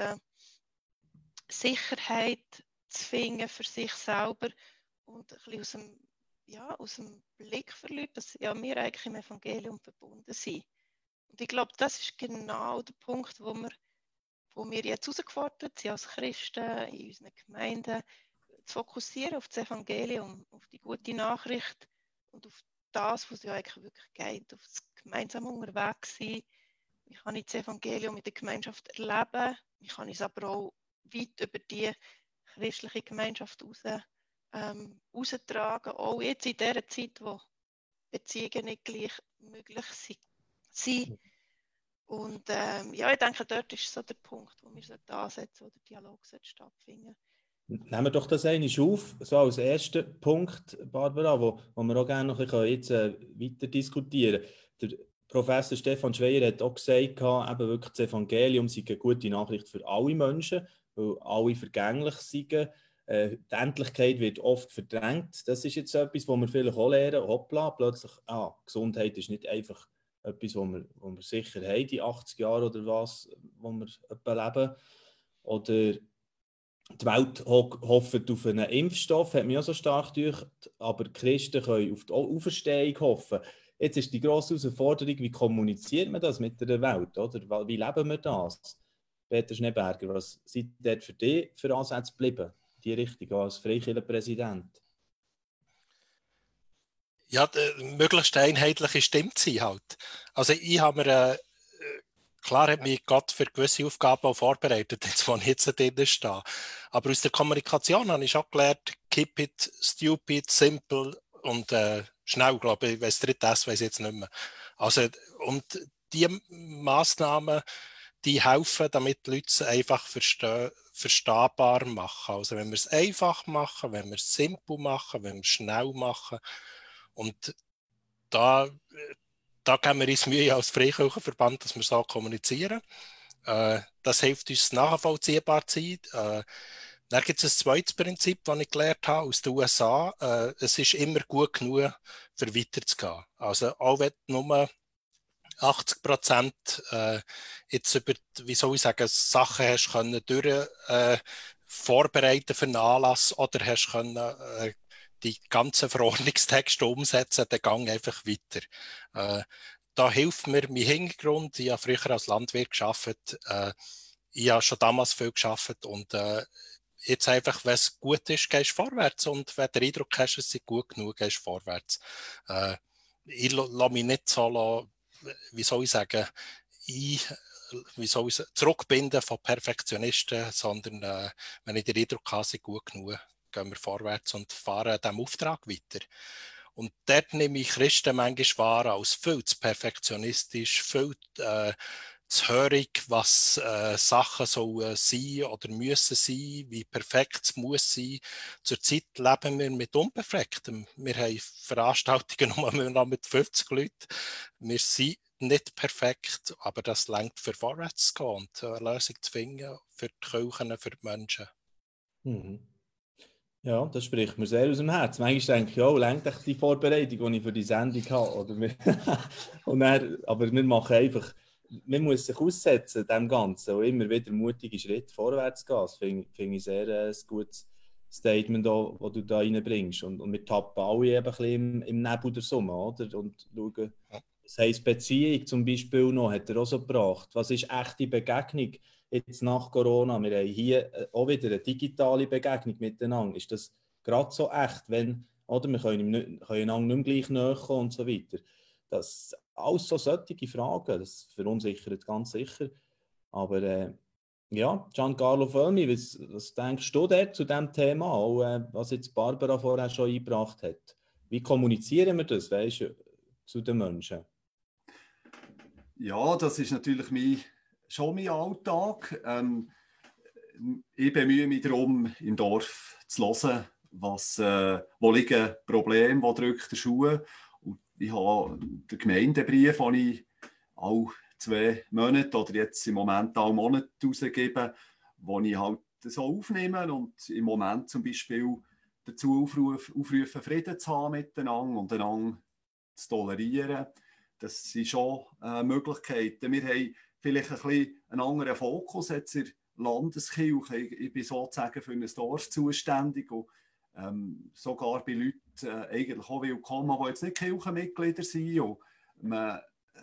E: Sicherheit zu finden für sich selber und ein bisschen aus dem Blick verliert, dass wir eigentlich im Evangelium verbunden sind. Und ich glaube, das ist genau der Punkt, wo wir jetzt herausgefordert sind als Christen in unseren Gemeinden, zu fokussieren auf das Evangelium, auf die gute Nachricht und auf das, was ja eigentlich wirklich geht, auf das gemeinsame Unterwegssein. Wie kann ich das Evangelium in der Gemeinschaft erleben? Wie kann ich es aber auch weit über die christliche Gemeinschaft raustragen, auch jetzt in dieser Zeit, wo Beziehungen nicht gleich möglich sind. Und ich denke, dort ist so der Punkt, wo wir ansetzen oder der Dialog stattfinden.
A: Nehmen wir doch das einmal auf, so als ersten Punkt, Barbara, wo wir auch gerne noch ein bisschen jetzt, weiter diskutieren können. Der Professor Stefan Schweier hat auch gesagt, eben wirklich das Evangelium sei eine gute Nachricht für alle Menschen, weil alle vergänglich sind. Die Endlichkeit wird oft verdrängt. Das ist jetzt etwas, wo wir vielleicht auch lernen. Hoppla, plötzlich, Gesundheit ist nicht einfach etwas, wo wir sicher haben, die 80 Jahre oder was, wo wir leben. Oder die Welt hofft auf einen Impfstoff, hat mich auch so stark gedacht, aber die Christen können auf die Auferstehung hoffen. Jetzt ist die grosse Herausforderung, wie kommuniziert man das mit der Welt? Oder? Wie leben wir das? Peter Schneeberger, was sind dort für dich für Ansätze geblieben? In die Richtung, als Freikirchenpräsident?
B: Ja, möglichst einheitliche Stimme sein halt. Also ich habe mir, klar hat mich Gott für gewisse Aufgaben auch vorbereitet, jetzt wo ich jetzt drin stehe. Aber aus der Kommunikation habe ich schon gelernt, keep it stupid, simple und schnell, glaube ich. Weiss ich jetzt nicht mehr. Also, und die Massnahmen, die helfen, damit die Leute es einfach verstehbar machen. Also wenn wir es einfach machen, wenn wir es simpel machen, wenn wir es schnell machen. Und da geben wir uns Mühe als Freikirchenverband, dass wir so kommunizieren. Das hilft uns nachvollziehbar zu sein. Dann gibt es ein zweites Prinzip, das ich gelernt habe aus den USA. Es ist immer gut genug, für weiterzugehen. Also auch wenn du nur 80% jetzt über, wie soll ich sagen, Sachen hast können vorbereiten für einen Anlass oder hast können die ganzen Verordnungstexte umsetzen, dann gang einfach weiter. Da hilft mir mein Hintergrund. Ich habe früher als Landwirt gearbeitet. Ich habe schon damals viel gearbeitet und jetzt einfach, wenn es gut ist, gehst du vorwärts und wenn du den Eindruck hast, es ist gut genug, gehst du vorwärts. Ich lasse mich nicht so, wie soll ich sagen, zurückbinden von Perfektionisten, sondern wenn ich den Eindruck habe, es ist gut genug, gehen wir vorwärts und fahren diesem Auftrag weiter. Und dort nehme ich Christen manchmal wahr als viel zu perfektionistisch, viel zu hörig, was Sachen sollen sein oder müssen sein, wie perfekt es muss sein. Zurzeit leben wir mit Unperfektem. Wir haben Veranstaltungen nur noch mit 50 Leuten. Wir sind nicht perfekt, aber das reicht für vorwärts zu gehen und eine Lösung zu finden für die Kirchen, für die Menschen.
A: Mhm. Ja, das spricht mir sehr aus dem Herzen. Manchmal denke ich, ja, reicht echt die Vorbereitung, die ich für die Sendung habe? Oder und dann, aber wir machen einfach, man muss sich aussetzen, dem Ganzen, und immer wieder mutige Schritte vorwärts gehen. Das finde ich sehr ein gutes Statement, das du da reinbringst. Und wir tappen alle eben ein bisschen im Nebel der Summe, oder? Und schauen, das heisst, Beziehung zum Beispiel noch, hat er auch so gebracht. Was ist echte Begegnung jetzt nach Corona? Wir haben hier auch wieder eine digitale Begegnung miteinander. Ist das gerade so echt, wenn, oder wir können einander nicht mehr gleich näher kommen und so weiter? Das alles so solche Fragen, das verunsichert ganz sicher. Aber ja, Giancarlo Völmi, was denkst du dort zu diesem Thema, auch was jetzt Barbara vorher schon eingebracht hat? Wie kommunizieren wir das, weißt du, zu den Menschen?
D: Ja, das ist natürlich schon mein Alltag. Ich bemühe mich darum, im Dorf zu hören, wo liegen Probleme, wo drückt der Schuh. Und ich habe den Gemeindebrief, den ich alle 2 Monate oder jetzt im Moment alle Monate rausgebe, wo ich halt so aufnehme und im Moment zum Beispiel dazu aufrufen, Frieden zu haben miteinander und einander zu tolerieren. Das sind schon Möglichkeiten. Wir haben vielleicht ein bisschen einen anderen Fokus jetzt in der Landeskirche. Ich bin sozusagen für ein Dorf zuständig und sogar bei Leuten eigentlich auch willkommen, die jetzt nicht Kirchenmitglieder sind. Und man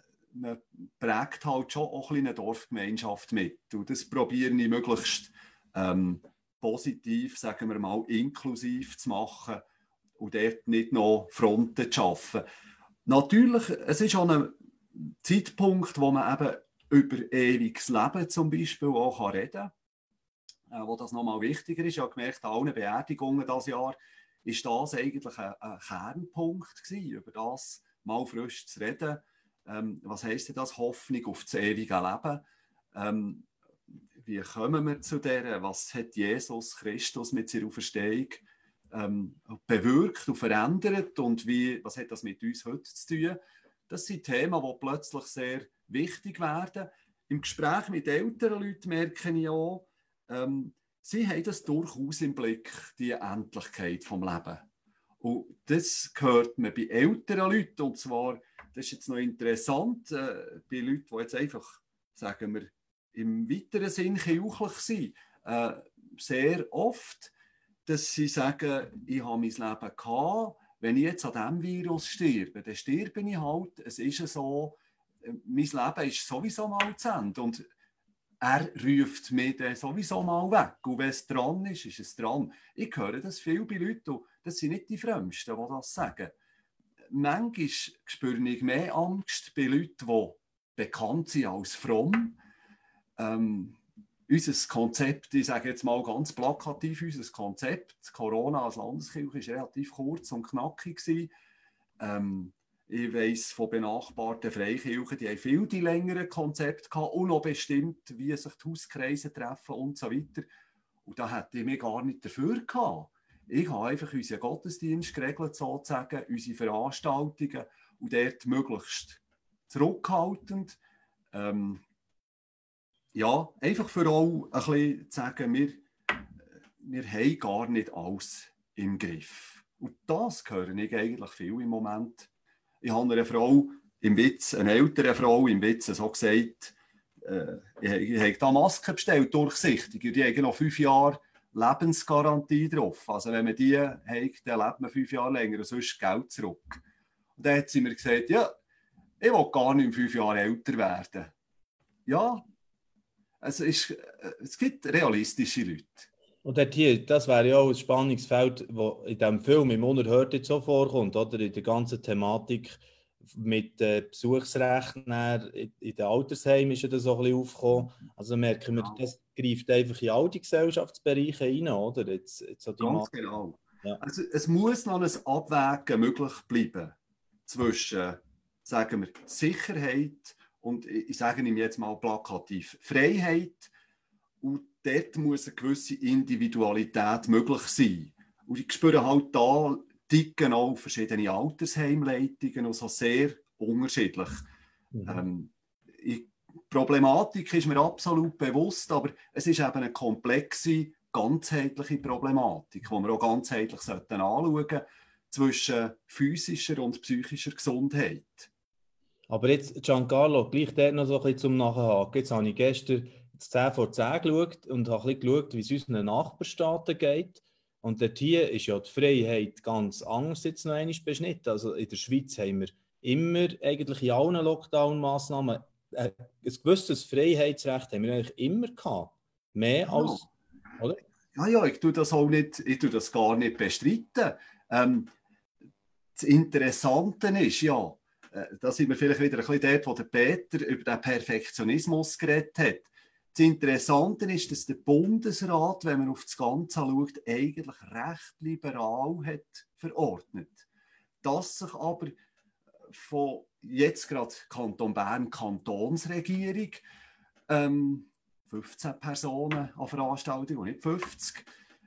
D: prägt halt schon auch ein bisschen eine Dorfgemeinschaft mit. Und das probiere ich möglichst positiv, sagen wir mal, inklusiv zu machen und dort nicht noch Fronten zu schaffen. Natürlich, es ist auch ein Zeitpunkt, wo man eben über ewiges Leben zum Beispiel auch reden kann, wo das nochmal wichtiger ist. Ich habe gemerkt, an allen Beerdigungen dieses Jahr ist das eigentlich ein Kernpunkt gewesen, über das mal frisch zu reden. Was heisst denn das? Hoffnung auf das ewige Leben. Wie kommen wir zu der? Was hat Jesus Christus mit seiner Auferstehung bewirkt und verändert und was hat das mit uns heute zu tun? Das sind Themen, die plötzlich sehr wichtig werden. Im Gespräch mit älteren Leuten merke ich auch, sie haben das durchaus im Blick, die Endlichkeit des Lebens. Und das hört man bei älteren Leuten, und zwar, das ist jetzt noch interessant, bei Leuten, die jetzt einfach, sagen wir, im weiteren Sinn kirchlich sind, sehr oft, dass sie sagen, ich habe mein Leben gehabt, wenn ich jetzt an diesem Virus sterbe, dann sterbe ich halt, es ist so, mein Leben ist sowieso mal zu Ende und er ruft mich dann sowieso mal weg und wenn es dran ist, ist es dran. Ich höre das viel bei Leuten und das sind nicht die Frömmsten, die das sagen. Manchmal spüre ich mehr Angst bei Leuten, die bekannt sind als fromm. Unser Konzept, ich sage jetzt mal ganz plakativ, unser Konzept, Corona als Landeskirche, war relativ kurz und knackig. Ich weiss von benachbarten Freikirchen, die haben viel die längeren Konzepte gehabt und noch bestimmt, wie sich die Hauskreise treffen und so weiter. Und da hätte ich mich gar nicht dafür gehabt. Ich habe einfach unseren Gottesdienst geregelt, sozusagen, unsere Veranstaltungen und dort möglichst zurückhaltend. ja, einfach für auch ein bisschen zu sagen, wir haben gar nicht alles im Griff. Und das höre ich eigentlich viel im Moment. Ich habe einer Frau im Witz, eine ältere Frau im Witz so gesagt, ich habe da Masken bestellt, durchsichtig, und die haben noch 5 Jahre Lebensgarantie drauf. Also wenn man die hat, dann lebt man 5 Jahre länger und sonst Geld zurück. Und dann hat sie mir gesagt, ja, ich will gar nicht in 5 Jahren älter werden. Ja, es gibt realistische Leute.
A: Und hier, das wäre ja auch ein Spannungsfeld, das in diesem Film im Unerhört jetzt so vorkommt, oder? In der ganzen Thematik mit Besuchsrecht in den Altersheimen ist ja das so ein bisschen aufgekommen. Also merken wir, das greift einfach in all die Gesellschaftsbereiche rein, oder? Jetzt so die
D: Ganz genau.
A: Ja.
D: Also es muss noch ein Abwägen möglich bleiben zwischen, sagen wir, Sicherheit und, ich sage ihm jetzt mal plakativ, Freiheit. Und dort muss eine gewisse Individualität möglich sein. Und ich spüre halt da ticken auch verschiedene Altersheimleitungen und so sehr unterschiedlich. Die Problematik ist mir absolut bewusst, aber es ist eben eine komplexe, ganzheitliche Problematik, die wir auch ganzheitlich anschauen sollten, zwischen physischer und psychischer Gesundheit.
A: Aber jetzt, Giancarlo, gleich dort noch so ein bisschen zum Nachhaken. Jetzt habe ich gestern 10 vor 10 geschaut und habe ein bisschen geschaut, wie es unseren Nachbarstaaten geht. Und dort hier ist ja die Freiheit ganz anders jetzt noch einmal beschnitten. Also in der Schweiz haben wir immer eigentlich in allen Lockdown-Massnahmen ein gewisses Freiheitsrecht haben wir eigentlich immer gehabt. Mehr als, oder?
D: Ja, ich tue das auch nicht, ich tue das gar nicht bestreiten. Das Interessante ist ja, da sind wir vielleicht wieder ein bisschen dort, wo der Peter über den Perfektionismus geredet hat. Das Interessante ist, dass der Bundesrat, wenn man auf das Ganze schaut, eigentlich recht liberal hat verordnet. Dass sich aber von jetzt gerade Kanton Bern, Kantonsregierung, 15 Personen an Veranstaltungen und nicht 50,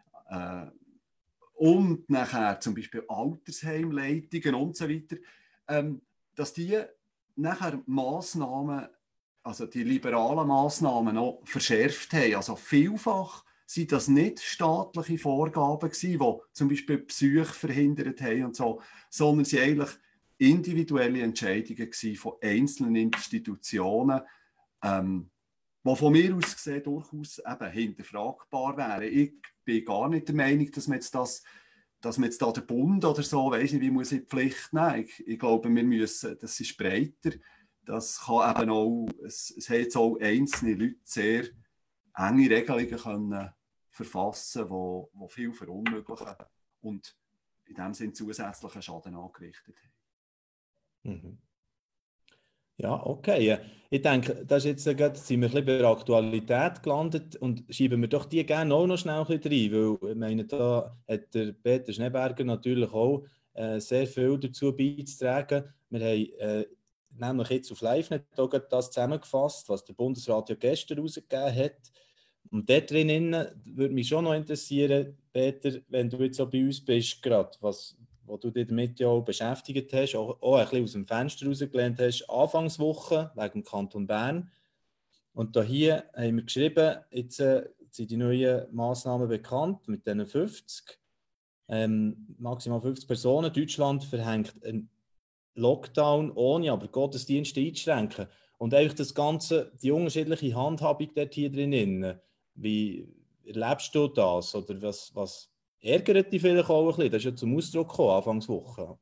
D: und nachher zum Beispiel Altersheimleitungen und so weiter, dass die nachher Massnahmen, also die liberalen Massnahmen noch verschärft haben. Also vielfach sind das nicht staatliche Vorgaben gewesen, die zum Beispiel Besuche verhindert haben und so, sondern sie eigentlich individuelle Entscheidungen gewesen von einzelnen Institutionen, die von mir aus gesehen durchaus eben hinterfragbar wären. Ich bin gar nicht der Meinung, dass man jetzt da der Bund oder so, weiss nicht, wie muss ich die Pflicht nehmen. Ich glaube, wir müssen, das ist breiter. Das kann eben auch, es haben jetzt auch einzelne Leute sehr enge Regelungen können verfassen, die viel verunmöglichen und in dem Sinne zusätzlichen Schaden angerichtet haben.
A: Mhm. Ja, okay. Ich denke, das ist jetzt gerade, sind wir ein bisschen bei der Aktualität gelandet und schieben wir doch die gerne auch noch schnell ein bisschen rein, weil ich meine, da hat der Peter Schneeberger natürlich auch sehr viel dazu beizutragen. Wir haben nämlich jetzt auf LiveNet das zusammengefasst, was der Bundesrat ja gestern rausgegeben hat. Und dort drinnen würde mich schon noch interessieren, Peter, wenn du jetzt so bei uns bist, gerade, wo du dich damit ja auch beschäftigt hast, auch ein bisschen aus dem Fenster rausgelehnt hast, Anfangswoche wegen dem Kanton Bern. Und da hier haben wir geschrieben, jetzt sind die neuen Massnahmen bekannt mit diesen 50. Maximal 50 Personen. Deutschland verhängt einen Lockdown ohne aber Gottesdienste einzuschränken. Und eigentlich das Ganze, die unterschiedliche Handhabung dort hier drinnen, wie erlebst du das? Oder was ärgert dich vielleicht auch ein bisschen? Das ist ja zum Ausdruck gekommen, Anfangswoche.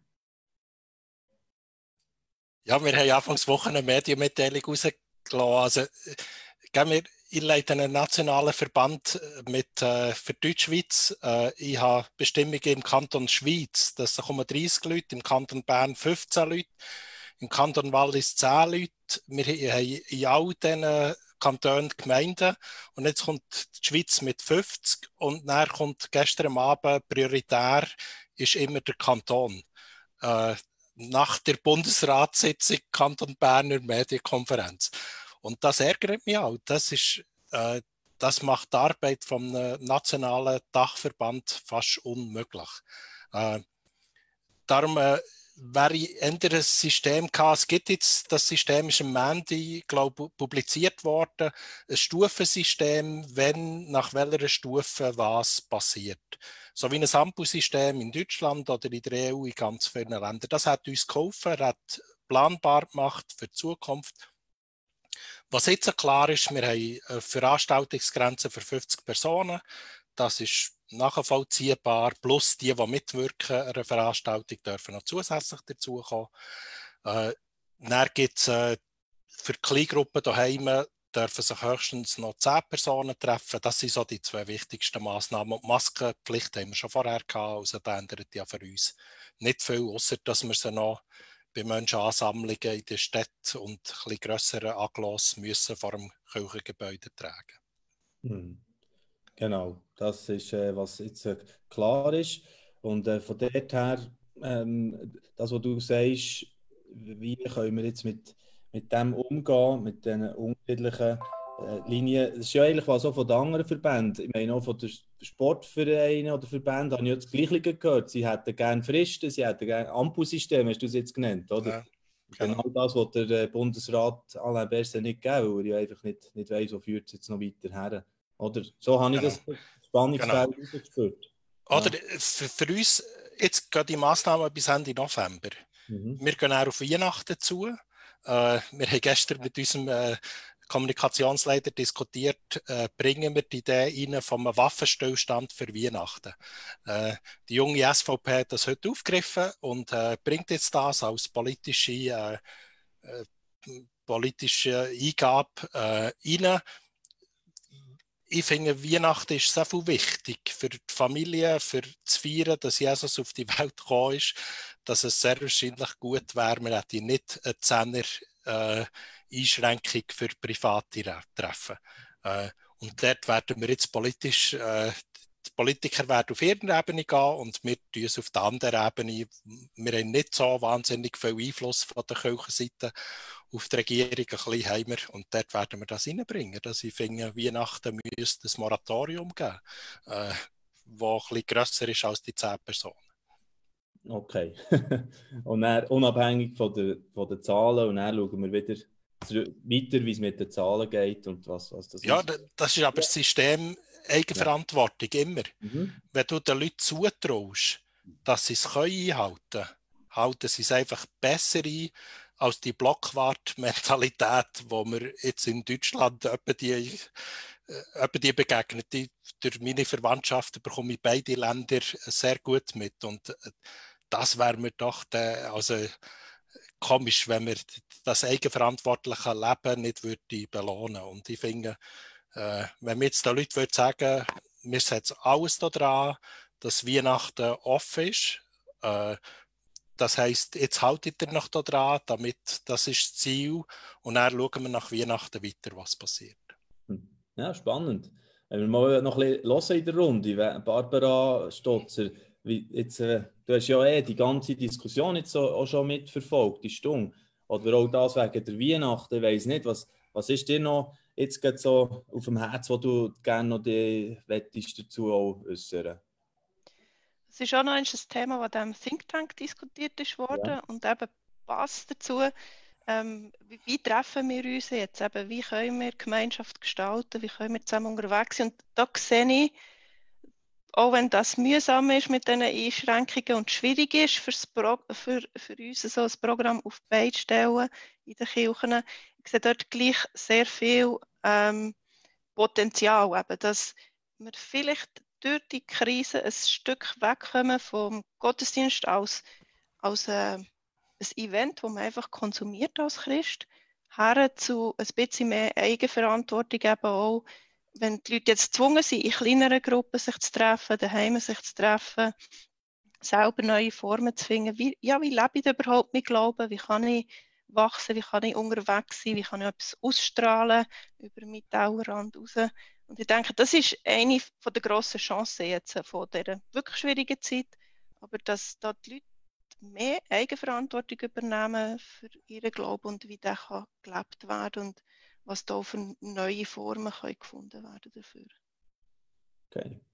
B: Ja, wir haben Anfangswoche eine Medienmitteilung rausgelassen. Also, ich leite einen nationalen Verband für Deutschschweiz. Ich habe Bestimmungen im Kanton Schweiz, das kommen 30 Leute, im Kanton Bern 15 Leute, im Kanton Wallis 10 Leute. Wir haben in all diesen Kantonen Gemeinden und jetzt kommt die Schweiz mit 50 und dann kommt gestern am Abend prioritär ist immer der Kanton. Nach der Bundesratssitzung Kanton Berner Medienkonferenz. Und das ärgert mich auch. Das macht die Arbeit vom nationalen Dachverband fast unmöglich. Darum wäre eher ein System gehabt. Es gibt jetzt, das System ist am Montag, glaube ich, publiziert worden, ein Stufensystem, wenn nach welcher Stufe was passiert. So wie ein Ampelsystem in Deutschland oder in der EU in ganz vielen Ländern. Das hat uns geholfen, hat planbar gemacht für die Zukunft. Was jetzt klar ist, wir haben eine Veranstaltungsgrenze für 50 Personen. Das ist nachvollziehbar. Plus die mitwirken an einer Veranstaltung, dürfen noch zusätzlich dazukommen. Dann gibt es für Kleingruppen daheim dürfen sich höchstens noch 10 Personen treffen. Das sind so die 2 wichtigsten Massnahmen. Und die Maskenpflicht haben wir schon vorher gehabt, also da ändert ja für uns nicht viel, außer dass wir sie noch bei Menschenansammlungen in den Städten und ein bisschen grösseren Aglos müssen vor dem Kirchengebäude tragen.
A: Genau, das ist, was jetzt klar ist. Und von dort her, das, was du sagst, wie können wir jetzt mit dem umgehen, mit diesen unterschiedlichen Linien. Das ist ja eigentlich was auch von den anderen Verbänden. Ich meine, auch von den Sportvereinen oder Verbänden habe ich ja das Gleiche gehört. Sie hätten gerne Fristen, sie hätten gerne Ampelsystem, hast du es jetzt genannt, oder?
B: Ja, genau.
A: Das, was der Bundesrat Alain Berset nicht gegeben, weil er einfach nicht weiss, wo führt es jetzt noch weiter her. Oder? So habe ich das Spannungsfeld gespürt.
B: Oder für uns, jetzt gehen die Massnahmen bis Ende November. Wir gehen auch auf Weihnachten zu. Wir haben gestern mit unserem Kommunikationsleiter diskutiert, bringen wir die Idee rein vom Waffenstillstand für Weihnachten. Die junge SVP hat das heute aufgegriffen und bringt jetzt das als politische Eingabe rein. Ich finde, Weihnachten ist so viel wichtig für die Familie, für das Feiern, dass Jesus auf die Welt gekommen ist, dass es sehr wahrscheinlich gut wäre, man hätte nicht eine 10er Einschränkung für Private treffen. Und dort werden wir jetzt politisch, die Politiker werden auf ihrer Ebene gehen und wir tun es auf der anderen Ebene. Wir haben nicht so wahnsinnig viel Einfluss von der Kirchenseite auf die Regierung, ein bisschen haben wir, und dort werden wir das reinbringen. Dass ich finde, Weihnachten müsste ein Moratorium geben, das ein bisschen grösser ist als die 10 Personen.
A: Okay. Und dann unabhängig von den Zahlen, und dann schauen wir wieder weiter, wie es mit den Zahlen geht und was das ist.
B: Ja, das ist aber das System Eigenverantwortung immer. Wenn du den Leuten zutraust, dass sie es einhalten können, halten sie es einfach besser ein als die Blockwart-Mentalität, die wir jetzt in Deutschland die begegnet. Durch meine Verwandtschaft bekomme ich beide Länder sehr gut mit. Und das wäre mir doch komisch, wenn wir das eigenverantwortliche Leben nicht belohnen würden. Und ich finde, wenn wir jetzt den Leuten sagen, wir setzen alles daran, dass Weihnachten offen ist, das heisst, jetzt haltet ihr noch daran, damit das ist das Ziel, und dann schauen wir nach Weihnachten weiter, was passiert.
A: Ja, spannend. Wenn wir mal noch ein bisschen hören in der Runde, Barbara Stotzer, du hast ja die ganze Diskussion jetzt auch schon mitverfolgt, die Stunde. Oder auch das wegen der Weihnachten, ich weiss nicht, was ist dir noch jetzt gerade so auf dem Herz, wo du gerne noch dazu auch äußern?
E: Es ist auch noch ein Thema, das im Think Tank diskutiert ist worden, und eben passt dazu, wie treffen wir uns jetzt, eben, wie können wir Gemeinschaft gestalten, wie können wir zusammen unterwegs sein. Und da sehe ich, auch wenn das mühsam ist mit diesen Einschränkungen und schwierig ist, für uns so ein Programm auf die Beine zu stellen in den Kirchen, ich sehe dort gleich sehr viel Potenzial, eben, dass wir vielleicht durch die Krise ein Stück wegkommen vom Gottesdienst als ein Event, das man einfach konsumiert als Christ, her zu ein bisschen mehr Eigenverantwortung, eben auch, wenn die Leute jetzt gezwungen sind, in kleineren Gruppen sich zu treffen, daheim sich zu treffen, selber neue Formen zu finden. Wie lebe ich überhaupt mit Glauben? Wie kann ich wachsen? Wie kann ich unterwegs sein? Wie kann ich etwas ausstrahlen über meinen Tellerrand raus? Und ich denke, das ist eine der grossen Chancen jetzt von dieser wirklich schwierigen Zeit, aber dass da die Leute mehr Eigenverantwortung übernehmen für ihren Glauben und wie der kann gelebt werden und was da für neue Formen können gefunden werden dafür.
A: Okay.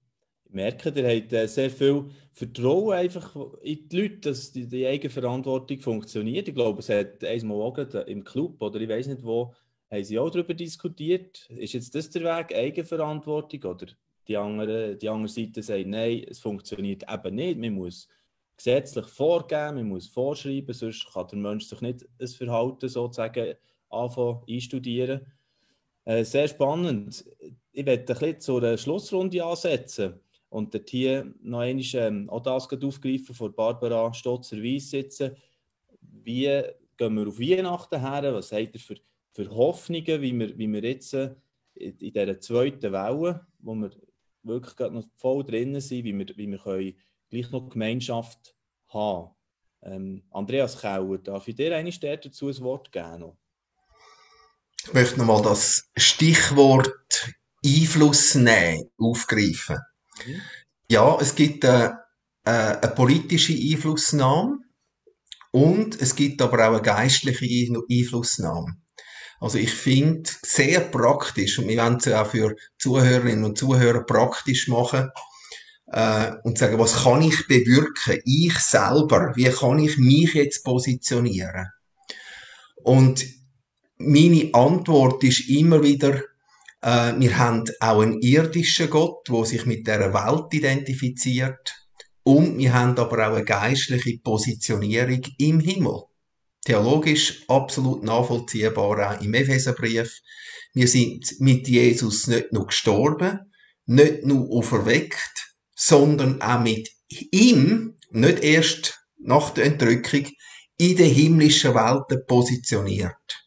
A: Ich merke, ihr habt sehr viel Vertrauen einfach in die Leute, dass die Eigenverantwortung funktioniert. Ich glaube, es hat einmal auch gerade im Club, oder ich weiß nicht wo, haben sie auch darüber diskutiert. Ist jetzt das der Weg, Eigenverantwortung? Oder die andere Seite sagt, nein, es funktioniert eben nicht. Man muss gesetzlich vorgeben, man muss vorschreiben, sonst kann der Mensch sich nicht ein Verhalten sozusagen anfangen einstudieren. Sehr spannend. Ich werde ein bisschen zu einer Schlussrunde ansetzen und dort hier noch einmal auch das aufgreifen von Barbara Stotzer-Weiss sitzen. Wie gehen wir auf Weihnachten her? Was habt ihr für Hoffnungen, wie wir jetzt in dieser zweiten Welle, wo wir wirklich gerade noch voll drinnen sind, wie wir können gleich noch Gemeinschaft haben? Andreas Kauer, darf ich dir dazu ein Wort geben?
C: Ich möchte nochmal das Stichwort Einfluss nehmen aufgreifen. Ja, es gibt eine politische Einflussnahme und es gibt aber auch eine geistliche Einflussnahme. Also ich finde sehr praktisch, und wir wollen es auch für Zuhörerinnen und Zuhörer praktisch machen, und sagen, was kann ich bewirken? Ich selber, wie kann ich mich jetzt positionieren? Und meine Antwort ist immer wieder, wir haben auch einen irdischen Gott, der sich mit der Welt identifiziert. Und wir haben aber auch eine geistliche Positionierung im Himmel. Theologisch absolut nachvollziehbar auch im Epheserbrief. Wir sind mit Jesus nicht nur gestorben, nicht nur auferweckt, sondern auch mit ihm, nicht erst nach der Entrückung, in der himmlischen Welt positioniert.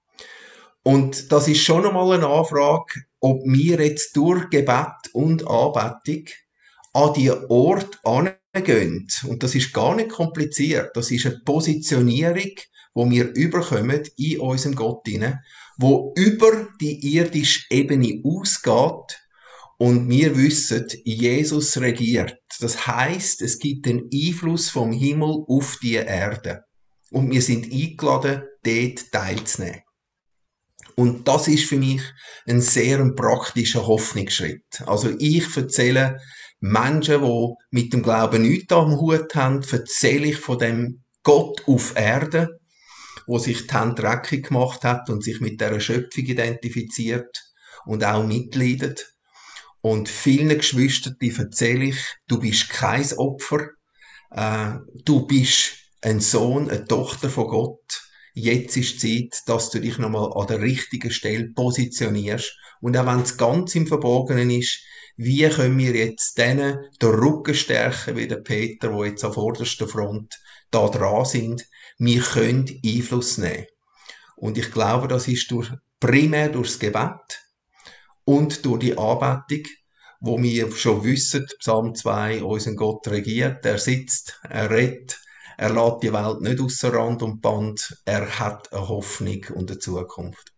C: Und das ist schon einmal eine Anfrage, ob wir jetzt durch Gebet und Anbetung an die Ort angehen. Und das ist gar nicht kompliziert. Das ist eine Positionierung, die wir überkommen in unserem Gott hinein, wo über die irdische Ebene ausgeht. Und wir wissen, Jesus regiert. Das heisst, es gibt einen Einfluss vom Himmel auf die Erde. Und wir sind eingeladen, dort teilzunehmen. Und das ist für mich ein sehr praktischer Hoffnungsschritt. Also ich erzähle Menschen, die mit dem Glauben nichts am Hut haben, erzähle ich von dem Gott auf Erde, wo sich die Hand dreckig gemacht hat und sich mit dieser Schöpfung identifiziert und auch mitleidet. Und vielen Geschwistern erzähle ich, du bist kein Opfer, du bist ein Sohn, eine Tochter von Gott. Jetzt ist die Zeit, dass du dich nochmal an der richtigen Stelle positionierst. Und auch wenn es ganz im Verborgenen ist, wie können wir jetzt denen den Rücken stärken, wie der Peter, der jetzt an vorderster Front da dran sind. Wir können Einfluss nehmen. Und ich glaube, das ist primär durchs Gebet und durch die Anbetung, wo wir schon wissen, Psalm 2, unser Gott regiert, er sitzt, er redet, er lässt die Welt nicht ausser Rand und Band, er hat eine Hoffnung und eine Zukunft.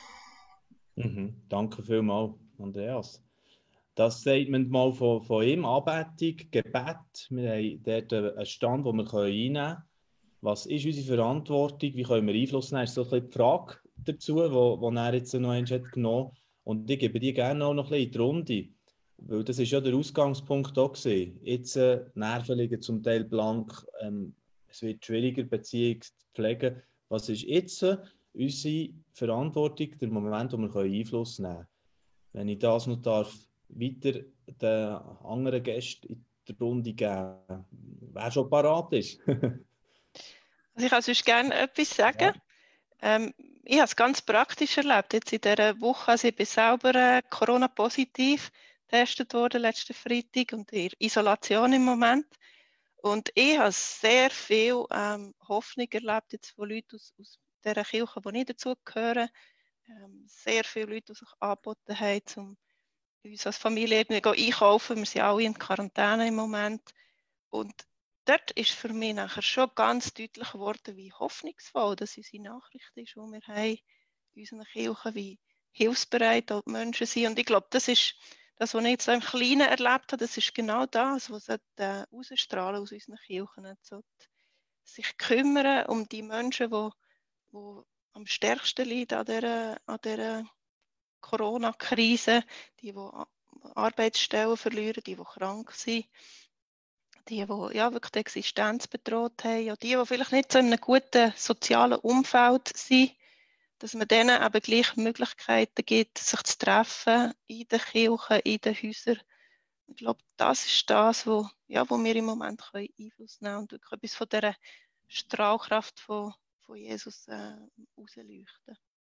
A: Danke vielmals, Andreas. Das Statement mal von ihm, Anbetung, Gebet. Wir haben dort einen Stand, den wir einnehmen können. Was ist unsere Verantwortung? Wie können wir Einfluss nehmen? Das ist so ein bisschen die Frage dazu, die er jetzt noch einmal genommen hat. Und ich gebe die gerne auch noch ein bisschen in die Runde. Weil das ist ja der Ausgangspunkt auch gewesen. Jetzt Nerven liegen zum Teil blank. Es wird schwieriger, Beziehungen zu pflegen. Was ist jetzt unsere Verantwortung, der Moment, wo wir Einfluss nehmen können? Wenn ich das noch darf, weiter den anderen Gästen in die Runde geben, wer schon parat ist.
E: Also ich kann sonst gerne etwas sagen. Ja. Ich habe es ganz praktisch erlebt. Jetzt in dieser Woche, also ich bin selber Corona-positiv getestet worden, letzten Freitag, und in Isolation im Moment. Und ich habe sehr viel Hoffnung erlebt jetzt von Leuten aus dieser Kirche, die nicht dazugehören. Sehr viele Leute, die sich angeboten haben, um uns als Familie irgendwie einkaufen. Wir sind alle in Quarantäne im Moment. Und dort ist für mich nachher schon ganz deutlich geworden, wie hoffnungsvoll das unsere Nachricht ist, die wir haben in unseren Kirchen, wie hilfsbereit auch die Menschen sind. Und ich glaube, das ist das, was ich jetzt so im Kleinen erlebt habe, das ist genau das, was rausstrahlen aus unseren Kirchen. Sich kümmern um die Menschen, die am stärksten leiden an dieser Corona-Krise, die Arbeitsstellen verlieren, die krank sind, die ja, wirklich die Existenz bedroht haben, und die vielleicht nicht so in einem guten sozialen Umfeld sind, dass man denen eben gleich Möglichkeiten gibt, sich zu treffen in den Kirchen, in den Häusern. Ich glaube, das ist das, wo wir im Moment Einfluss nehmen können und wirklich etwas von dieser Strahlkraft von Jesus herausleuchten.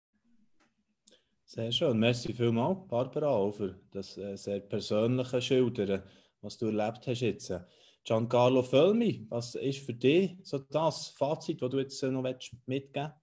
A: Sehr schön. Merci vielmals, Barbara, auch für das sehr persönliche Schildern, was du erlebt hast jetzt. Giancarlo Völmi, was ist für dich so das Fazit, das du jetzt noch mitgeben willst?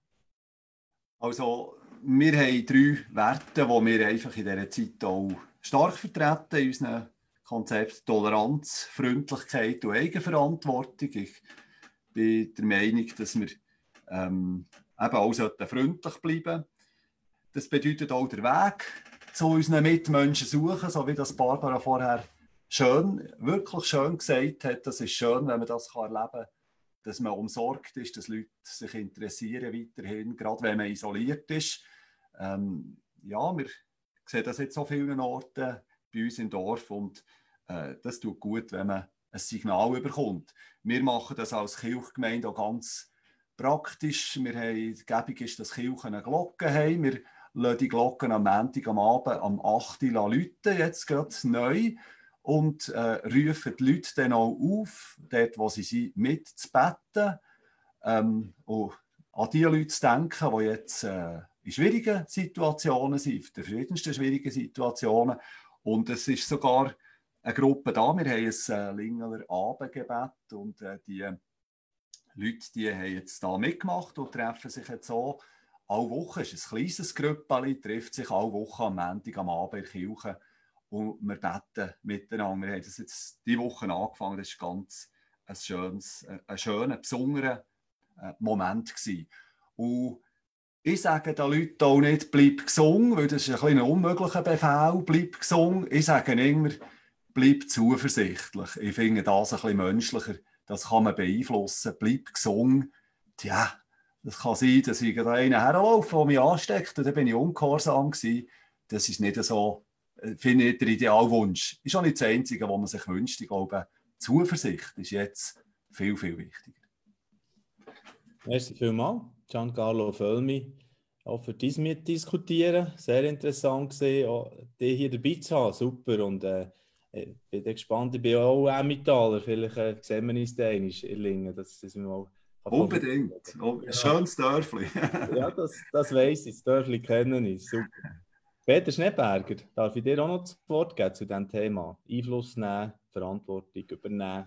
D: Also, wir haben 3 Werte, die wir einfach in dieser Zeit auch stark vertreten in unserem Konzept: Toleranz, Freundlichkeit und Eigenverantwortung. Ich bin der Meinung, dass wir eben auch freundlich bleiben sollten. Das bedeutet auch, der Weg zu unseren Mitmenschen suchen, so wie das Barbara vorher wirklich schön gesagt hat. Das ist schön, wenn man das erleben kann, dass man umsorgt ist, dass Leute sich interessieren weiterhin, gerade wenn man isoliert ist. Ja, wir sehen das jetzt so vielen Orten bei uns im Dorf, und das tut gut, wenn man ein Signal bekommt. Wir machen das als Kirchgemeinde auch ganz praktisch. Gebung ist, dass Kirchen eine Glocke haben. Wir lassen die Glocken am Montag am Abend um 8 Uhr läuten, jetzt gerade neu, und rufen die Leute dann auch auf, dort wo sie sind, mitzubeten, und an die Leute zu denken, die jetzt in schwierigen Situationen sind, in den verschiedensten schwierigen Situationen. Und es ist sogar eine Gruppe da, wir haben ein Lingeler Abendgebet, und die Leute, die haben jetzt da mitgemacht und treffen sich jetzt so alle Woche. Es ist ein kleines Grüppchen, trifft sich alle Woche am Montag am Abend in der Kirche, und wir beten miteinander. Wir haben das jetzt diese Woche angefangen, das war ganz ein schöner, besonderer Moment gewesen. Und ich sage den Leuten auch nicht, bleib gesund, weil das ist ein unmöglicher Befehl, bleib gesund. Ich sage immer, bleib zuversichtlich. Ich finde das ein bisschen menschlicher, das kann man beeinflussen. Bleib gesund. Tja, das kann sein, dass ich da einen herlaufe, der mich ansteckt, und dann bin ich ungehorsam gewesen. Das ist nicht so, finde ich, der Idealwunsch. Ist auch nicht das Einzige, was man sich wünscht. Ich glaube, Zuversicht ist jetzt viel, viel wichtiger.
A: Merci vielmals, Giancarlo Völmi, auch für dieses Mitdiskutieren. Sehr interessant gesehen, auch dich hier dabei zu haben. Super. Und ich bin gespannt, ich bin auch Emmentaler. Vielleicht sehen wir uns da einmal in Lingen. Das mal
D: unbedingt. Ein schönes Dörfli.
A: Ja, das weiss ich. Das Dörfli kennen ich. Super. Peter Schneeberger, darf ich dir auch noch das Wort geben zu diesem Thema? Einfluss nehmen, Verantwortung übernehmen.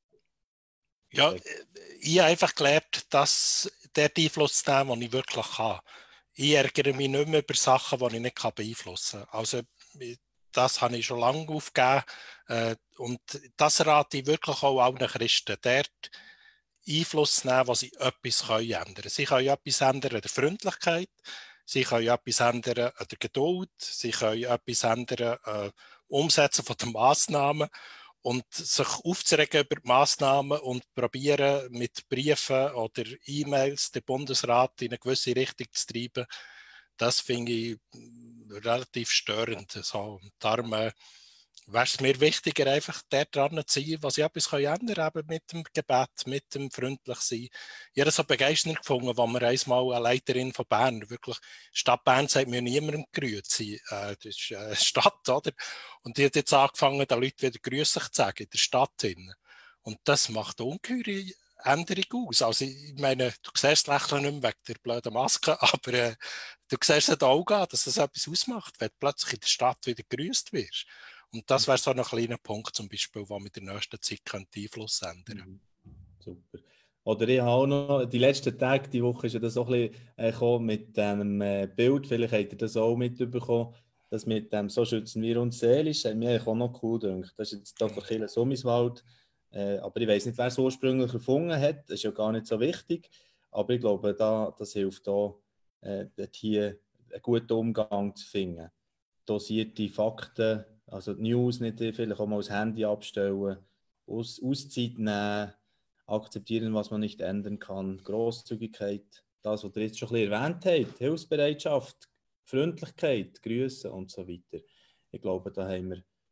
B: Ja, ich habe einfach gelernt, dass der Einfluss zu nehmen, den ich wirklich kann. Ich ärgere mich nicht mehr über Sachen, die ich nicht beeinflussen kann. Also, das habe ich schon lange aufgegeben. Und das rate ich wirklich auch allen Christen, dort Einfluss zu nehmen, wo sie etwas ändern können. Sie können etwas ändern an der Freundlichkeit, sie können etwas ändern an der Geduld, sie können etwas ändern an Umsetzen von den Massnahmen. Und sich aufzuregen über die Massnahmen und probieren, mit Briefen oder E-Mails den Bundesrat in eine gewisse Richtung zu treiben, das finde ich relativ störend. So, und darum wäre es mir wichtiger, einfach dort dran zu sein, was ich etwas ändern kann, eben mit dem Gebet, mit dem Freundlichsein. Ich habe es so begeisternd gefunden, als wir einmal eine Leiterin von Bern, wirklich, Stadt Bern sagt mir niemandem grüezi. Das ist eine Stadt, oder? Und die hat jetzt angefangen, den Leuten wieder grüßig zu sagen, in der Stadt. Und das macht eine ungeheure Änderung aus. Also ich meine, du siehst das Lächeln nicht mehr wegen der blöden Maske, aber du siehst es auch an, dass das etwas ausmacht, wenn du plötzlich in der Stadt wieder grüßt wirst. Und das wäre so ein kleiner Punkt zum Beispiel, der mit der nächsten Zeit Einfluss ändern könnte.
A: Super. Oder ich habe auch noch, die letzten Tage, die Woche ist ja das auch ein bisschen mit diesem Bild, vielleicht habt ihr das auch mitbekommen, dass mit dem «So schützen wir uns seelisch», hat mir eigentlich auch noch cool gedacht. Das ist jetzt da von Kirche Summiswald, aber ich weiß nicht, wer es ursprünglich erfunden hat, das ist ja gar nicht so wichtig, aber ich glaube, das hilft auch, dort hier einen guten Umgang zu finden. Dosierte Fakten, also die News nicht vielleicht auch mal das Handy abstellen, Auszeit nehmen, akzeptieren, was man nicht ändern kann, Grosszügigkeit, das, was ihr jetzt schon ein bisschen erwähnt habt, Hilfsbereitschaft, Freundlichkeit, Grüße und so weiter. Ich glaube, da haben wir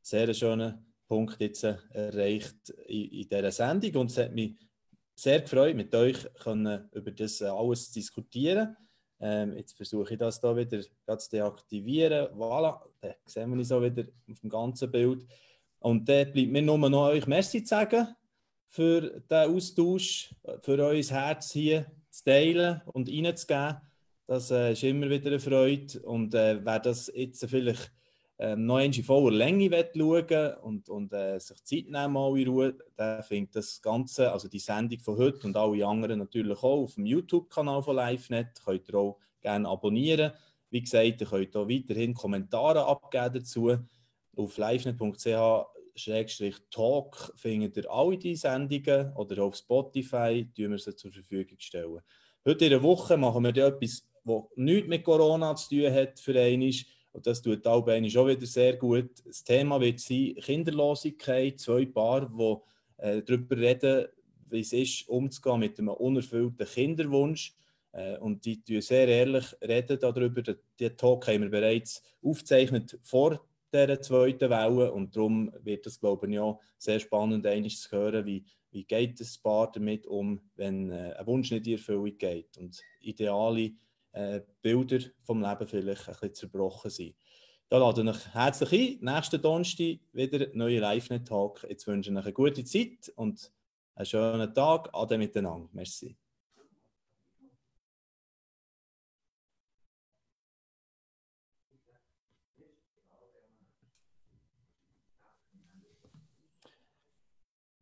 A: sehr schönen Punkt jetzt erreicht in dieser Sendung. Und es hat mich sehr gefreut, mit euch über das alles zu diskutieren. Jetzt versuche ich das hier wieder zu deaktivieren. Voilà, da sehen wir uns so wieder auf dem ganzen Bild. Und dann bleibt mir nur noch euch Merci zu sagen für den Austausch, für euer Herz hier zu teilen und reinzugeben. Das ist immer wieder eine Freude. Und wer das jetzt vielleicht noch in voller Länge schauen und sich Zeit nehmen, mal in Ruhe, der findet das Ganze, also die Sendung von heute und alle anderen natürlich auch auf dem YouTube-Kanal von LiveNet. Könnt ihr auch gerne abonnieren. Wie gesagt, ihr könnt auch weiterhin Kommentare abgeben dazu. Auf livenet.ch/talk findet ihr alle die Sendungen oder auf Spotify tun wir sie zur Verfügung stellen. Heute in der Woche machen wir etwas, das nichts mit Corona zu tun hat für einmal. Und das tut allbeinisch auch wieder sehr gut. Das Thema wird sein Kinderlosigkeit, 2 Paare, die darüber reden, wie es ist, umzugehen mit einem unerfüllten Kinderwunsch. Und die reden sehr ehrlich darüber. Den Talk haben wir bereits aufgezeichnet vor dieser zweiten Welle. Und darum wird es, glaube ich, auch sehr spannend, einmal zu hören, wie geht das Paar damit um, wenn ein Wunsch nicht in Erfüllung geht und ideale Bilder vom Leben vielleicht ein bisschen zerbrochen sind. Da lade ich euch herzlich ein. Nächsten Donnerstag wieder neue LiveNet-Talk. Jetzt wünsche ich euch eine gute Zeit und einen schönen Tag. Ade miteinander. Merci.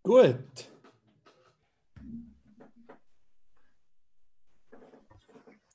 A: Gut.